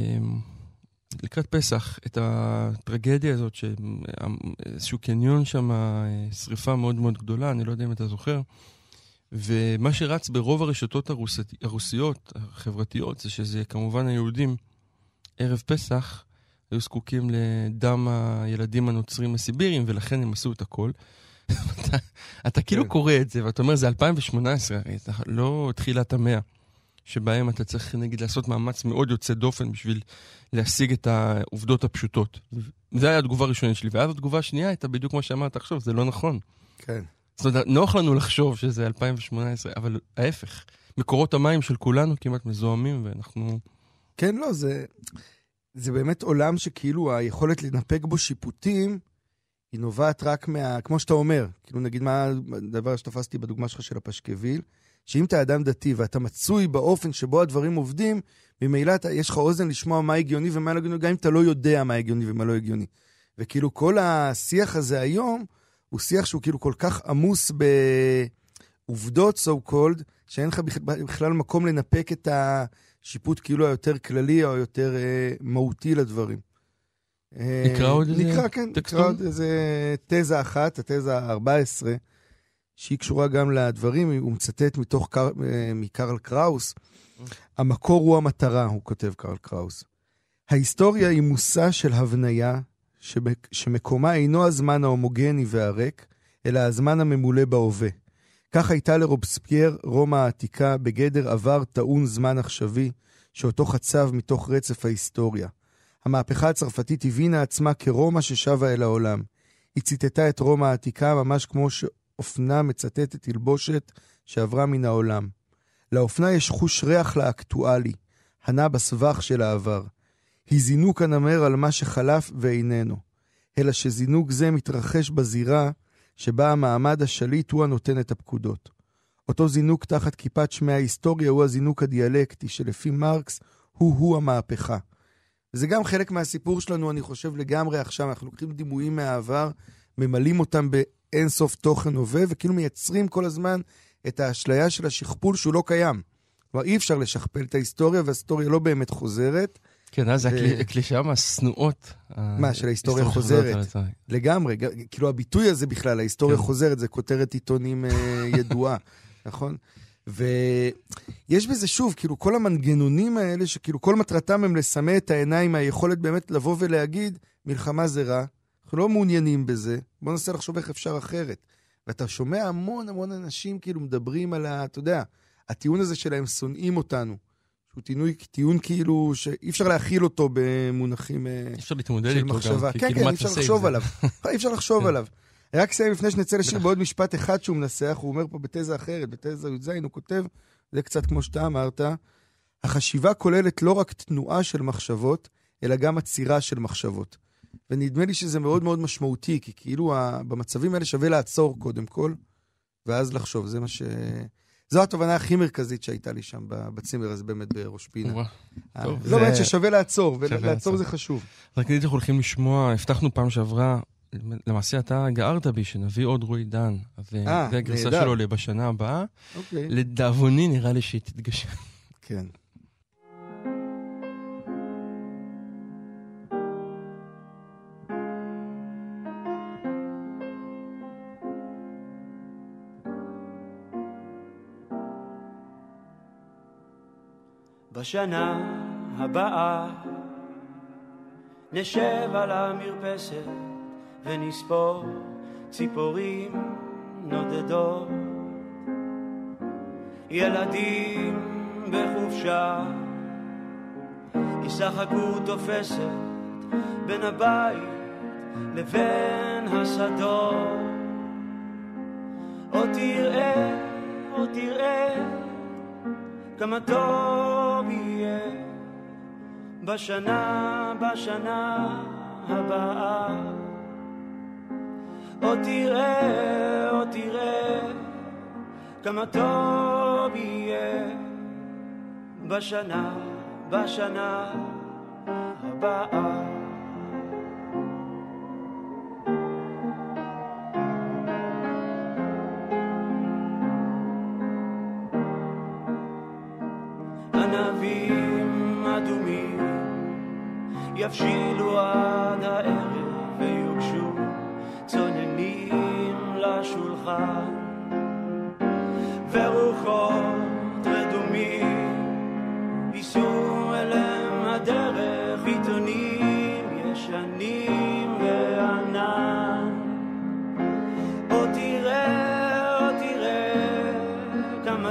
לקראת פסח, את הטרגדיה הזאת, שאיזשהו קניון שם, שריפה מאוד מאוד גדולה, אני לא יודע אם אתה זוכר, ומה שרץ ברוב הרשתות הרוסיות, החברתיות, זה שזה כמובן היהודים, ערב פסח, היו זקוקים לדם הילדים הנוצרים הסיבירים, ולכן הם עשו את הכל. אתה, אתה כאילו קורא את זה, ואתה אומר, זה אלפיים ושמונה עשרה, הרי זה לא תחילת המאה, שבהם אתה צריך, נגיד, לעשות מאמץ מאוד יוצא דופן בשביל להשיג את העובדות הפשוטות. זה היה התגובה הראשונית שלי, ואז התגובה השנייה הייתה בדיוק כמו שאמרת עכשיו, זה לא נכון. כן. זאת אומרת, נוח לנו לחשוב שזה אלפיים ושמונה עשרה, אבל ההפך, מקורות המים של כולנו כמעט מזוהמים, ואנחנו... כן, לא, זה, זה באמת עולם שכאילו היכולת לנפק בו שיפוטים, היא נובעת רק מה... כמו שאתה אומר, כאילו נגיד מה הדבר שתפסתי בדוגמה שלך של הפשקביל, שאם אתה אדם דתי ואתה מצוי באופן שבו הדברים עובדים, ממילא אתה, יש לך אוזן לשמוע מה הגיוני ומה לא הגיוני, גם אם אתה לא יודע מה הגיוני ומה לא הגיוני. וכאילו כל השיח הזה היום, הוא שיח שהוא כאילו כל כך עמוס בעובדות, so called, שאין לך בכלל מקום לנפק את השיפוט כאילו היותר כללי או יותר אה, מהותי לדברים. נקרא עוד איזה... נקרא, כן, נקרא עוד איזה תזה אחת, התזה ה-ארבע עשרה, שהיא קשורה גם לדברים, הוא מצטט מתוך קר... מקרל קראוס. המקור הוא המטרה, הוא כותב קרל קראוס. ההיסטוריה היא מושא של הבניה, שמקומה אינו הזמן ההומוגני והריק, אלא הזמן הממולא בהווה. כך הייתה לרובספייר רומא העתיקה בגדר עבר טעון זמן עכשווי, שאותו חצב מתוך רצף ההיסטוריה. המהפכה הצרפתית הבינה עצמה כרומא ששבה אל העולם. היא ציטטה את רומא העתיקה ממש כמו שאופנה מצטטת תלבושת שעברה מן העולם. לאופנה יש חוש ריח לאקטואלי, הנע בסבך של העבר. היא זינוק הנמר על מה שחלף ואיננו, אלא שזינוק זה מתרחש בזירה שבה המעמד השליט הוא הנותן את הפקודות. אותו זינוק תחת כיפת שמי ההיסטוריה הוא הזינוק הדיאלקטי, שלפי מרקס הוא-הוא המהפכה. וזה גם חלק מהסיפור שלנו, אני חושב לגמרי עכשיו, אנחנו לוקחים דימויים מהעבר, ממלאים אותם באינסוף תוכן הווה, וכאילו מייצרים כל הזמן את האשליה של השכפול שהוא לא קיים. כלומר, אי אפשר לשכפל את ההיסטוריה, וההיסטוריה לא באמת חוזרת. כן, אז זה הקלישאה מהסנועות. מה, של ההיסטוריה חוזרת. לגמרי, כאילו הביטוי הזה בכלל, ההיסטוריה חוזרת, זה כותרת עיתונים ידועה, נכון? ויש בזה שוב, כאילו כל המנגנונים האלה, שכאילו כל מטרתם הם לסמא את העיניים, היכולת באמת לבוא ולהגיד, מלחמה זה רע, אנחנו לא מעוניינים בזה, בוא ננסה לחשוב איך אפשר אחרת. ואתה שומע המון המון אנשים כאילו מדברים על ה... אתה יודע, הטיעון הזה שלהם שונאים אותנו. שהוא טיעון, טיעון כאילו שאי אפשר להכיל אותו במונחים אי אפשר להתמודד איתו מחשבה. כן, כן, אי אפשר לחשוב עליו. אי אפשר לחשוב עליו. רק סיים לפני שנצא לשיר בעוד משפט אחד שהוא מנסח, הוא אומר פה בתזה אחרת, בתזה י"ז, הוא כותב, זה קצת כמו שאתה אמרת, החשיבה כוללת לא רק תנועה של מחשבות, אלא גם עצירה של מחשבות. ונדמה לי שזה מאוד מאוד משמעותי, כי כאילו במצבים האלה שווה לעצור קודם כל, ואז לחשוב. זה מה ש... זו התובנה הכי מרכזית שהייתה לי שם בצימר הזה באמת בראש פינה. לא באמת ששווה לעצור, ולעצור זה חשוב. רק נגיד אנחנו הולכים לשמוע, הבטחנו פעם שעברה, למעשה אתה גארת בי שנביא עוד רועי דן, זה הגרסה שלו בשנה הבאה. לדאבוני נראה לי שהיא תתגשם. כן. בשנה הבאה נשב על המרפסת ונספור ציפורים נודדות, ילדים בחופשה ישחקו תופסת בין הבית לבין השדות. או תראה, או תראה כמה טוב יהיה בשנה, בשנה הבאה. או תראה, או תראה כמה טוב יהיה בשנה, בשנה הבאה. ענבים אדומים יבשילו עד הערב ויוגשו צוננים לשולחן, ורוחות רדומים ייסעו אליהם הדרך, עיתונים ישנים וענן. או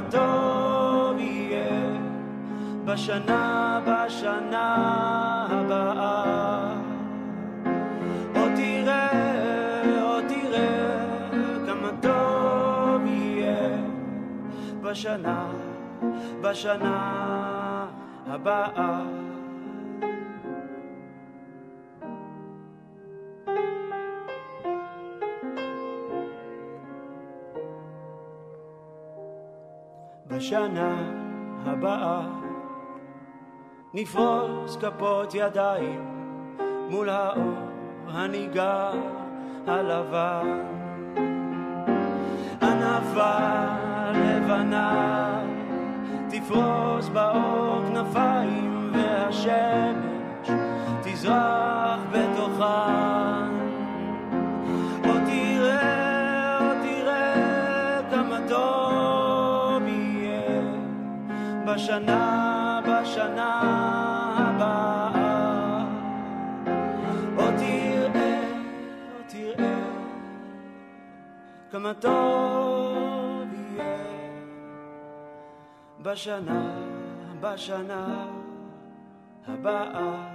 טוב יהיה בשנה, בשנה הבאה. או תראה, או תראה כמה טוב יהיה בשנה, בשנה הבאה. בשנה הבאה נפרוס כפות ידיים מול האור הניגר הלבן. ענווה לבנה תפרוס באור כנפיים והשמש תזרח בתוכן. או תראה, או תראה כמה טוב יהיה בשנה, בשנה הבאה. או תראה, או תראה כמה טוב יהיה בשנה, בשנה הבאה.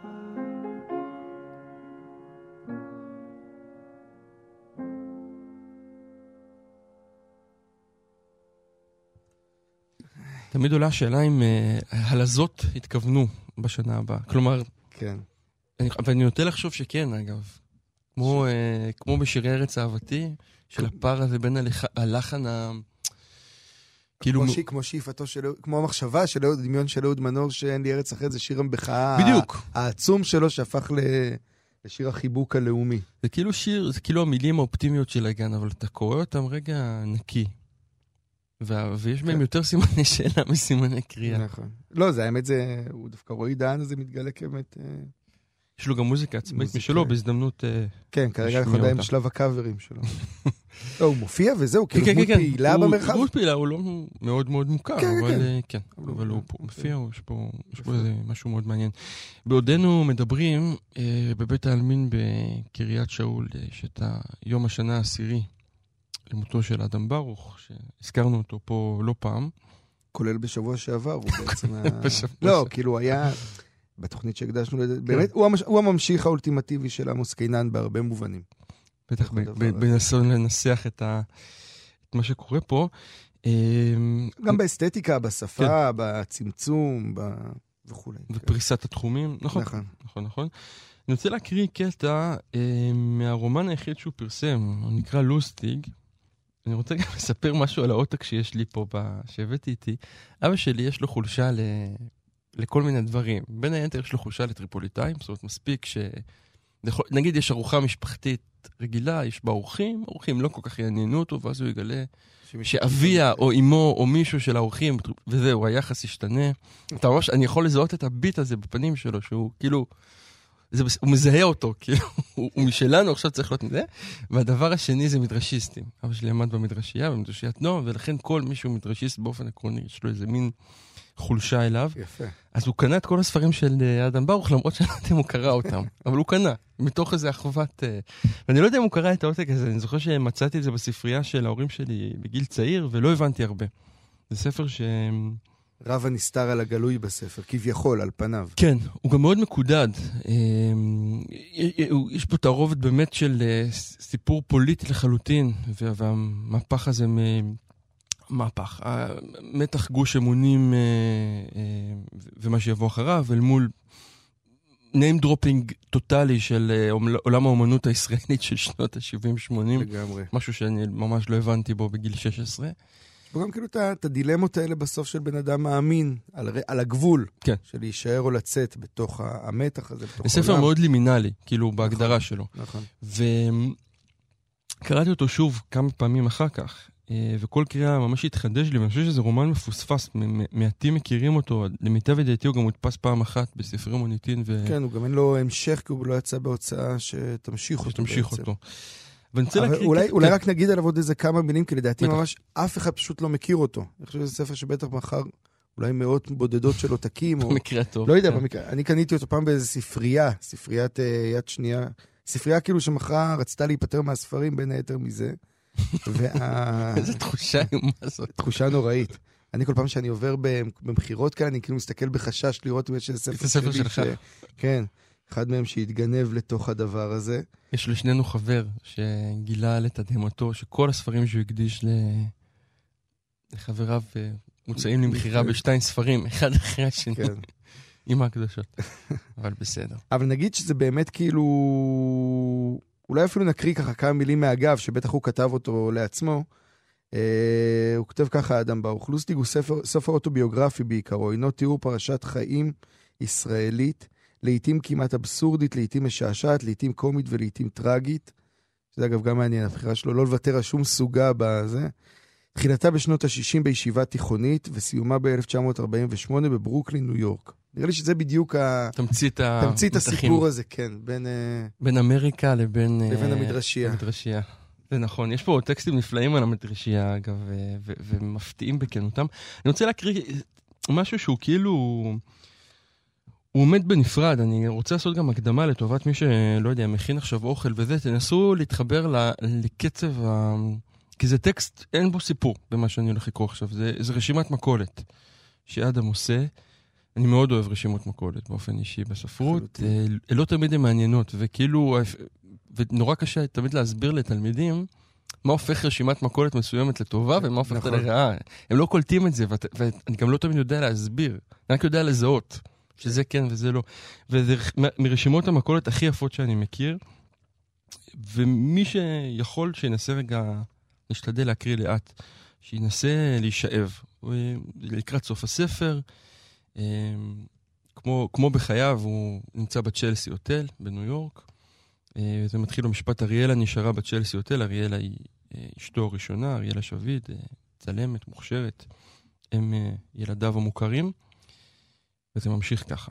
תמיד עולה השאלה אם uh, הלזות התכוונו בשנה הבאה. כלומר, כן. אני, ואני נוטה לחשוב שכן, אגב. כמו, uh, כמו בשירי ארץ אהבתי, של הפער הזה בין הלח, הלחן ה... כאילו... כמו, ש... כמו שאיפתו של... כמו המחשבה של אהוד, דמיון של אהוד מנור, שאין לי ארץ אחרת, זה שיר המחאה... בדיוק. העצום שלו שהפך ל... לשיר החיבוק הלאומי. זה כאילו שיר, זה כאילו המילים האופטימיות של הגן, אבל אתה קורא אותם רגע נקי. ו... ויש בהם יותר סימני שאלה מסימני קריאה. נכון. לא, זה האמת, זה... הוא דווקא רואי דהן, זה מתגלה כאמת... יש לו גם מוזיקה עצמאית משלו, בהזדמנות... כן, כרגע אנחנו עדיין בשלב הקאברים שלו. לא, הוא מופיע וזהו, כאילו דמות פעילה במרחב. דמות פעילה, הוא לא מאוד מאוד מוכר, אבל כן, אבל הוא מופיע, יש פה איזה משהו מאוד מעניין. בעודנו מדברים בבית העלמין בקריית שאול, שאת היום השנה העשירי למותו של אדם ברוך, שהזכרנו אותו פה לא פעם. כולל בשבוע שעבר, הוא בעצם... לא, כאילו היה... בתוכנית שהקדשנו, באמת, הוא הממשיך האולטימטיבי של עמוס קינן בהרבה מובנים. בטח, בנסון לנסח את מה שקורה פה. גם באסתטיקה, בשפה, בצמצום, וכו'. ופריסת התחומים, נכון. נכון, נכון. אני רוצה להקריא קטע מהרומן היחיד שהוא פרסם, הוא נקרא לוסטיג. אני רוצה גם לספר משהו על העותק שיש לי פה, שהבאתי איתי. אבא שלי יש לו חולשה ל... לכל מיני דברים. בין היתר יש לו חולשה לטריפוליטאים, זאת אומרת מספיק ש... נגיד יש ארוחה משפחתית רגילה, יש בה אורחים, אורחים לא כל כך יעניינו אותו, ואז הוא יגלה שאביה או אמו או מישהו של האורחים, וזהו, היחס ישתנה. אתה ממש, אני יכול לזהות את הביט הזה בפנים שלו, שהוא כאילו, זה, הוא מזהה אותו, כאילו, הוא, הוא משלנו, עכשיו צריך להיות מזה. והדבר השני זה מדרשיסטים. אבא שלי עמד במדרשייה, במדרשיית נועם, ולכן כל מישהו מדרשיסט באופן עקרוני, יש לו איזה מין חולשה אליו. יפה. אז הוא קנה את כל הספרים של אדם ברוך, למרות שאני לא יודע אם הוא קרא אותם. אבל הוא קנה, מתוך איזה אחוות... ואני לא יודע אם הוא קרא את העותק הזה, אני זוכר שמצאתי את זה בספרייה של ההורים שלי בגיל צעיר, ולא הבנתי הרבה. זה ספר ש... רב הנסתר על הגלוי בספר, כביכול, על פניו. כן, הוא גם מאוד מקודד. יש פה תערובת באמת של סיפור פוליטי לחלוטין, והמהפך הזה... מהפך, מתח גוש אמונים ומה שיבוא אחריו, אל מול name dropping טוטלי של עולם האומנות הישראלית של שנות ה-שבעים שמונים. לגמרי. משהו שאני ממש לא הבנתי בו בגיל שש עשרה. יש בו גם כאילו את הדילמות האלה בסוף של בן אדם מאמין, על, על הגבול, כן. של להישאר או לצאת בתוך המתח הזה, בתוך העולם. ספר מאוד לימינלי, כאילו בהגדרה נכון, שלו. נכון. וקראתי אותו שוב כמה פעמים אחר כך, וכל קריאה ממש התחדש לי, ואני חושב שזה רומן מפוספס, מעטים מכירים אותו, למיטב ידיעתי הוא גם הודפס פעם אחת בספרי מוניטין. ו... כן, הוא גם אין לו המשך, כי הוא לא יצא בהוצאה שתמשיך אותו. שתמשיך אותו. אולי, אולי רק נגיד עליו עוד איזה כמה מילים, כי לדעתי ממש אף אחד פשוט לא מכיר אותו. אני חושב שזה ספר שבטח מחר אולי מאות בודדות של עותקים. במקרה טוב. לא יודע, במקרה. אני קניתי אותו פעם באיזה ספרייה, ספריית יד שנייה, ספרייה כאילו שמחרה רצתה להיפטר מהספרים בין היתר מזה. וה... איזה תחושה איומה זאת. תחושה נוראית. אני כל פעם שאני עובר במחירות כאלה, אני כאילו מסתכל בחשש לראות אם יש איזה ספר, ספר שלך. ש... כן, אחד מהם שהתגנב לתוך הדבר הזה. יש לשנינו חבר שגילה לתדהמתו, שכל הספרים שהוא הקדיש ל... לחבריו מוצאים למחירה בשתיים ספרים, אחד אחרי השני. כן. עם הקדושות. אבל בסדר. אבל נגיד שזה באמת כאילו... אולי אפילו נקריא ככה כמה מילים מהגב, שבטח הוא כתב אותו לעצמו. אה, הוא כותב ככה, אדם ברוך. לוסטיג הוא ספר, ספר אוטוביוגרפי בעיקרו, אינו תיאור פרשת חיים ישראלית, לעתים כמעט אבסורדית, לעתים משעשעת, לעתים קומית ולעתים טרגית. שזה אגב גם מעניין, הבחירה שלו לא לוותר על שום סוגה בזה. תחילתה בשנות ה-שישים בישיבה תיכונית, וסיומה ב-אלף תשע מאות ארבעים ושמונה בברוקלין, ניו יורק. נראה לי שזה בדיוק ה... תמצית, תמצית הסיפור הזה, כן. בין, בין אמריקה לבין... לבין המדרשייה. המדרשייה. זה נכון. יש פה טקסטים נפלאים על המדרשייה, אגב, ו- ו- ומפתיעים בכנותם. אני רוצה להקריא משהו שהוא כאילו... הוא עומד בנפרד. אני רוצה לעשות גם הקדמה לטובת מי שלא יודע, מכין עכשיו אוכל וזה. תנסו להתחבר ל- לקצב ה... כי זה טקסט, אין בו סיפור במה שאני הולך לקרוא עכשיו. זה, זה רשימת מכולת שאדם עושה. אני מאוד אוהב רשימות מכולת באופן אישי בספרות. לא תמיד הן מעניינות, וכאילו, ונורא קשה תמיד להסביר לתלמידים מה הופך רשימת מכולת מסוימת לטובה ומה הופך אותה לרעה. הם לא קולטים את זה, ואני גם לא תמיד יודע להסביר. אני רק יודע לזהות, שזה כן וזה לא. וזה מרשימות המכולת הכי יפות שאני מכיר, ומי שיכול שינסה רגע... נשתדל להקריא לאט, שינסה להישאב. לקראת סוף הספר, כמו, כמו בחייו, הוא נמצא בצ'לסי הוטל בניו יורק, זה מתחיל במשפט, אריאלה נשארה בצ'לסי הוטל, אריאלה היא אשתו הראשונה, אריאלה שביד, צלמת, מוכשרת, הם ילדיו המוכרים, וזה ממשיך ככה.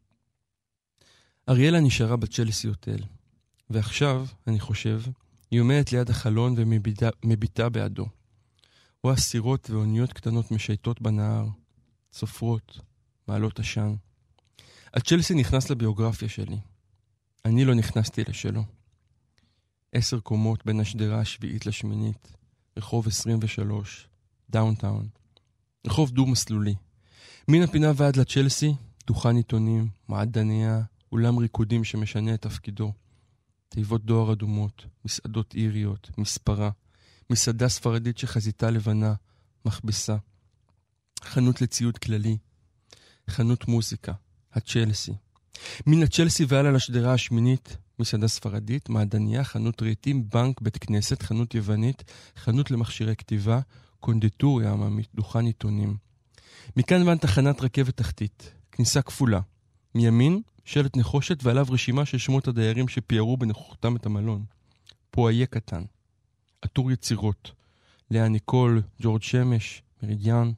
אריאלה נשארה בצ'לסי הוטל, ועכשיו, אני חושב, היא עומדת ליד החלון ומביטה בעדו. רואה סירות ואוניות קטנות משייטות בנהר, סופרות, מעלות עשן. הצ'לסי נכנס לביוגרפיה שלי. אני לא נכנסתי לשלו. עשר קומות בין השדרה השביעית לשמינית, רחוב עשרים ושלוש, דאונטאון. רחוב דו-מסלולי. מן הפינה ועד לצ'לסי, דוכן עיתונים, מעדניה, אולם ריקודים שמשנה את תפקידו. תיבות דואר אדומות, מסעדות איריות, מספרה, מסעדה ספרדית שחזיתה לבנה, מכבסה, חנות לציוד כללי, חנות מוזיקה, הצ'לסי. מן הצ'לסי ועל על השדרה השמינית, מסעדה ספרדית, מעדניה, חנות רהיטים, בנק, בית כנסת, חנות יוונית, חנות למכשירי כתיבה, קונדיטוריה עממית, דוכן עיתונים. מכאן ועד תחנת רכבת תחתית, כניסה כפולה. מימין, שלט נחושת ועליו רשימה של שמות הדיירים שפיירו בנוכחותם את המלון. פואיה קטן. עטור יצירות. לאה ניקול, ג'ורג' שמש, מרידיאן.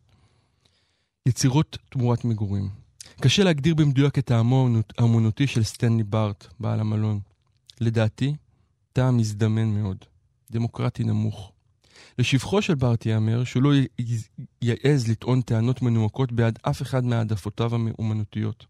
יצירות תמורת מגורים. קשה להגדיר במדויק את האמנותי של סטנלי בארט, בעל המלון. לדעתי, טעם מזדמן מאוד. דמוקרטי נמוך. לשבחו של בארט יאמר שהוא לא יעז לטעון טענות מנומקות בעד אף אחד מהעדפותיו האמנותיות.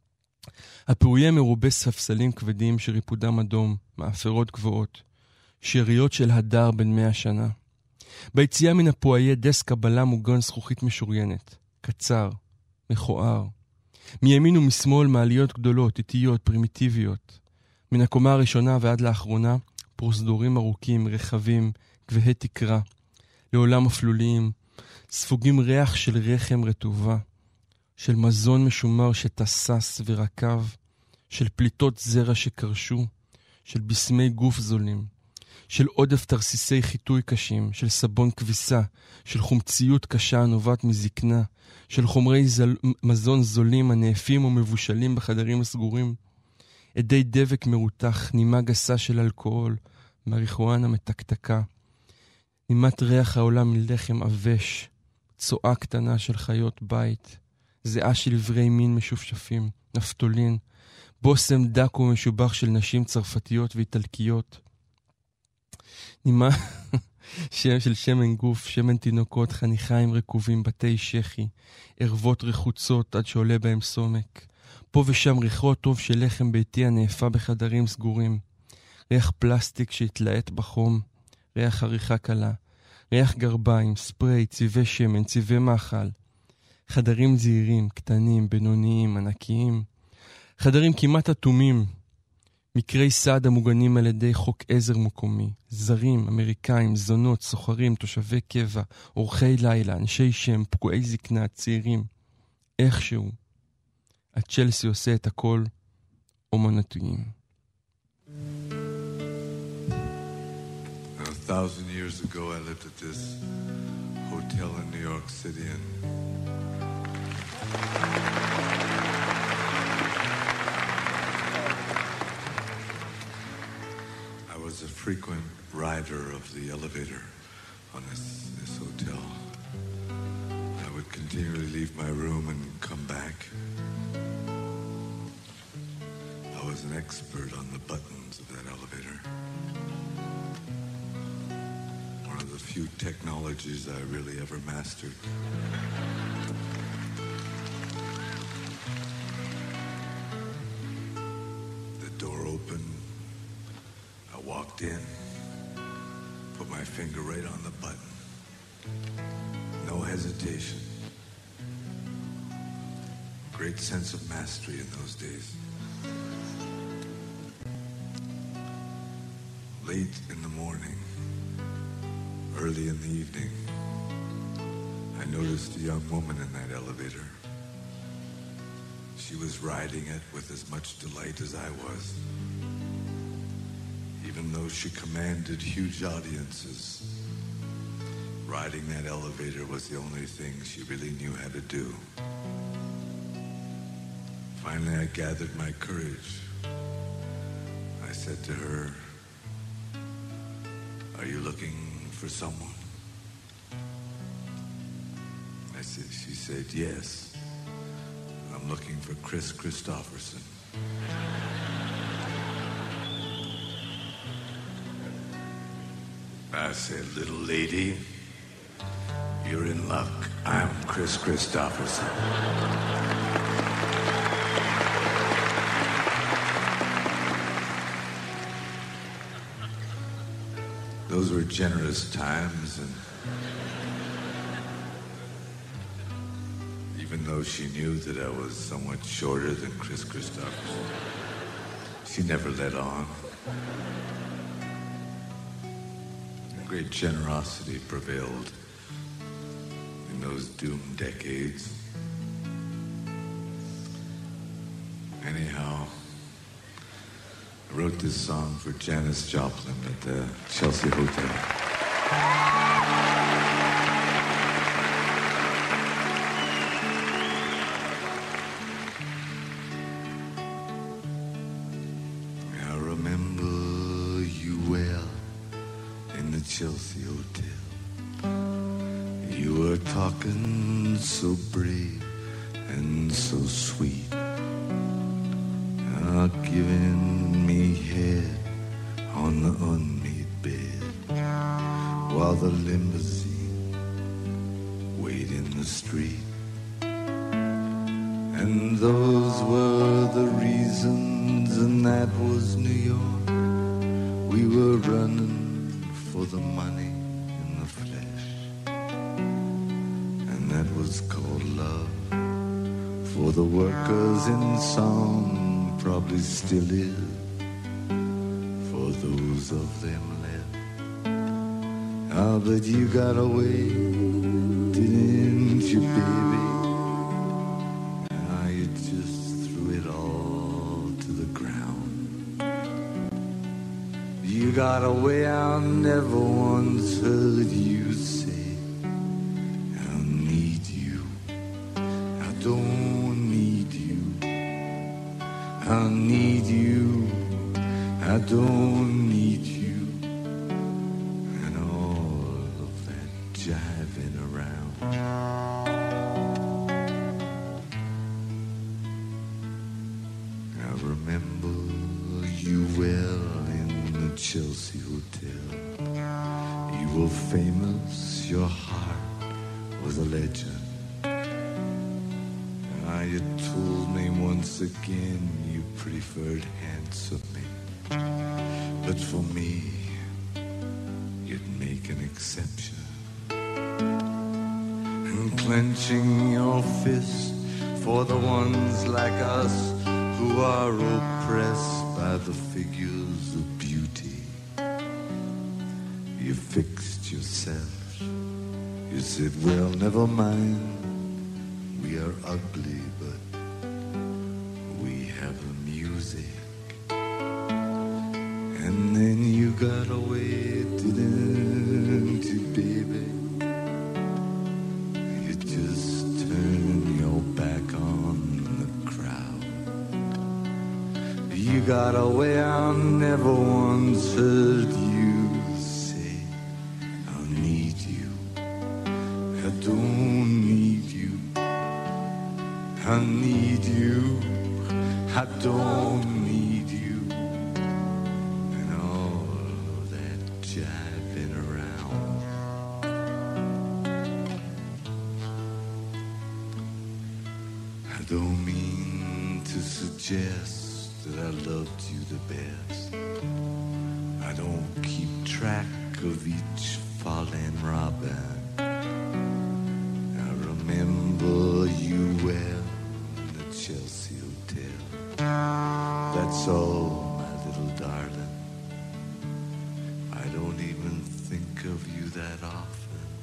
הפעויה מרובה ספסלים כבדים שריפודם אדום, מאפרות גבוהות, שאריות של הדר בן מאה שנה. ביציאה מן הפועיה דסק קבלה מוגן זכוכית משוריינת, קצר, מכוער. מימין ומשמאל מעליות גדולות, איטיות, פרימיטיביות. מן הקומה הראשונה ועד לאחרונה, פרוסדורים ארוכים, רחבים, גבהי תקרה, לעולם אפלוליים, ספוגים ריח של רחם רטובה. של מזון משומר שתסס ורקב, של פליטות זרע שקרשו, של בסמי גוף זולים, של עודף תרסיסי חיטוי קשים, של סבון כביסה, של חומציות קשה הנובעת מזקנה, של חומרי זל... מזון זולים הנאפים ומבושלים בחדרים הסגורים, עדי דבק מרותח, נימה גסה של אלכוהול, מריחואנה מתקתקה, נימת ריח העולם מלחם אבש, צועה קטנה של חיות בית, זיעה של עברי מין משופשפים, נפטולין, בוסם דק ומשובח של נשים צרפתיות ואיטלקיות. נימה שם של שמן גוף, שמן תינוקות, חניכיים רקובים, בתי שחי, ערבות רחוצות עד שעולה בהם סומק. פה ושם ריחו טוב של לחם ביתי הנאפה בחדרים סגורים. ריח פלסטיק שהתלהט בחום, ריח עריכה קלה, ריח גרביים, ספרי, צבעי שמן, צבעי מאכל. חדרים זעירים, קטנים, בינוניים, ענקיים. חדרים כמעט אטומים. מקרי סעד המוגנים על ידי חוק עזר מקומי. זרים, אמריקאים, זונות, סוחרים, תושבי קבע, אורחי לילה, אנשי שם, פגועי זקנה, צעירים. איכשהו. הצ'לסי עושה את הכל אומנותיים. A thousand years ago, I lived at this hotel in New York City, and I was a frequent rider of the elevator on this, this hotel. I would continually leave my room and come back. I was an expert on the buttons of that elevator. One of the few technologies I really ever mastered. The door opened. I walked in, put my finger right on the button. No hesitation. Great sense of mastery in those days. Late in the morning, early in the evening, I noticed a young woman in that elevator. She was riding it with as much delight as I was. Even though she commanded huge audiences, riding that elevator was the only thing she really knew how to do. Finally, I gathered my courage. I said to her, "Are you looking for someone?" I said, she said, "Yes. I'm looking for Chris Christopherson." I said, "Little lady, you're in luck. I'm Chris Christopherson." Those were generous times, and even though she knew that I was somewhat shorter than Chris Christopherson, she never let on. Great generosity prevailed in those doomed decades. Anyhow, I wrote this song for Janis Joplin at the Chelsea Hotel. I remember you well in the Chelsea Hotel. You were talking so brave and so sweet. Uh, giving me head on the unmade bed while the limousine wait in the street. And those were the reasons, and that was New York. We were running for the money in the flesh, and that was called love. For the workers in song probably still is, for those of them left. Ah, but you got away, didn't you, baby? Ah, you just threw it all to the ground. You got away, I never once heard you say, I need you, I don't need you. I need you, I don't need you, and all of that jiving around. I remember you well in the Chelsea Hotel. You were famous, your heart was a legend. Ah, you told me once again you preferred handsome men. But for me, you'd make an exception. And clenching your fist for the ones like us who are oppressed by the figures of beauty. You fixed yourself. You said, well, never mind. We are ugly, but we have the music. And then you got away, didn't you, baby? You just turned your back on the crowd. You got away, I never once heard you say, I need you. I don't need you. I need you. I don't need you. And all that jiving around. I don't mean to suggest that I loved you the best. I don't keep track of each fallen robin. I remember you well in the Chelsea Hotel. That's all, my little darling. I don't even think of you that often.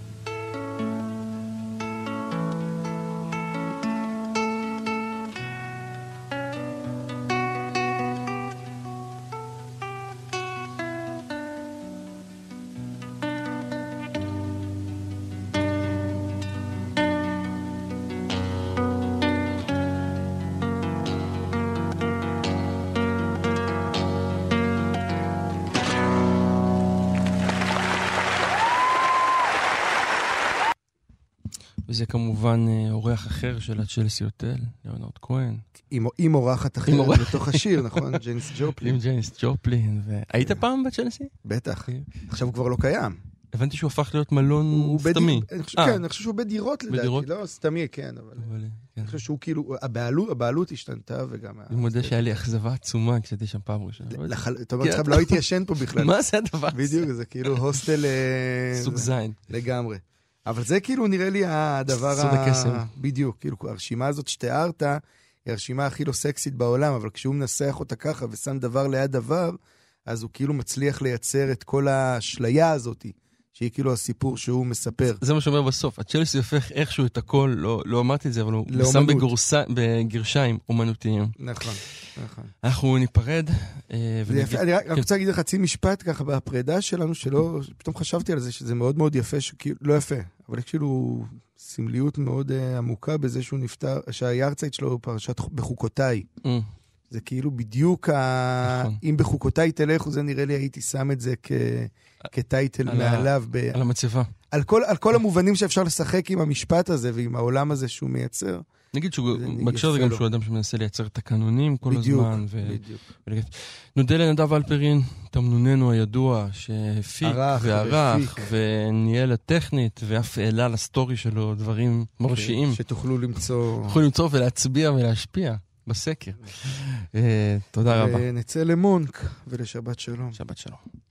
וזה כמובן אורח אחר של הצ'לסי הוטל, ליאונרד כהן. עם אורחת אחרת בתוך השיר, נכון? ג'ייניס ג'ופלין. עם ג'ייניס ג'ופלין. היית פעם בצ'לסי? בטח. עכשיו הוא כבר לא קיים. הבנתי שהוא הפך להיות מלון סתמי. כן, אני חושב שהוא בדירות לדעתי. לא סתמי, כן, אבל... אני חושב שהוא כאילו... הבעלות השתנתה וגם... אני מודה שהיה לי אכזבה עצומה כשהייתי שם פעם ראשונה. אתה אומר, לא הייתי ישן פה בכלל. מה זה הדבר הזה? בדיוק, זה כאילו הוסטל... סוג זין. לגמרי. אבל זה כאילו נראה לי הדבר... סוד הקסם. בדיוק, כאילו הרשימה הזאת שתיארת, היא הרשימה הכי לא סקסית בעולם, אבל כשהוא מנסח אותה ככה ושם דבר ליד דבר, אז הוא כאילו מצליח לייצר את כל האשליה הזאת, שהיא כאילו הסיפור שהוא מספר. זה מה שאומר בסוף, הצ'לסי הופך איכשהו את הכל, לא, לא אמרתי את זה, אבל הוא שם בגורסה, בגרשיים אומנותיים. נכון, נכון. אנחנו ניפרד. זה יפה, אני רק רוצה להגיד חצי משפט ככה בפרידה שלנו, שלא, פתאום חשבתי על זה, שזה מאוד מאוד יפה, שכאילו, לא יפה, אבל כאילו סמליות מאוד עמוקה בזה שהוא נפטר, שהיארצייט שלו הוא פרשת בחוקותיי. זה כאילו בדיוק, אם בחוקותיי תלך, זה נראה לי הייתי שם את זה כטייטל מעליו. על המצבה. על כל המובנים שאפשר לשחק עם המשפט הזה ועם העולם הזה שהוא מייצר. נגיד שבקשר זה גם שהוא אדם שמנסה לייצר תקנונים כל הזמן. בדיוק. נודה לנדב אלפרין, תמנוננו הידוע, שהפיק וערך וניהל הטכנית, ואף העלה לסטורי שלו דברים מרשיעים. שתוכלו למצוא... תוכלו למצוא ולהצביע ולהשפיע. בסקר. תודה רבה. ונצא למונק ולשבת שלום. שבת שלום.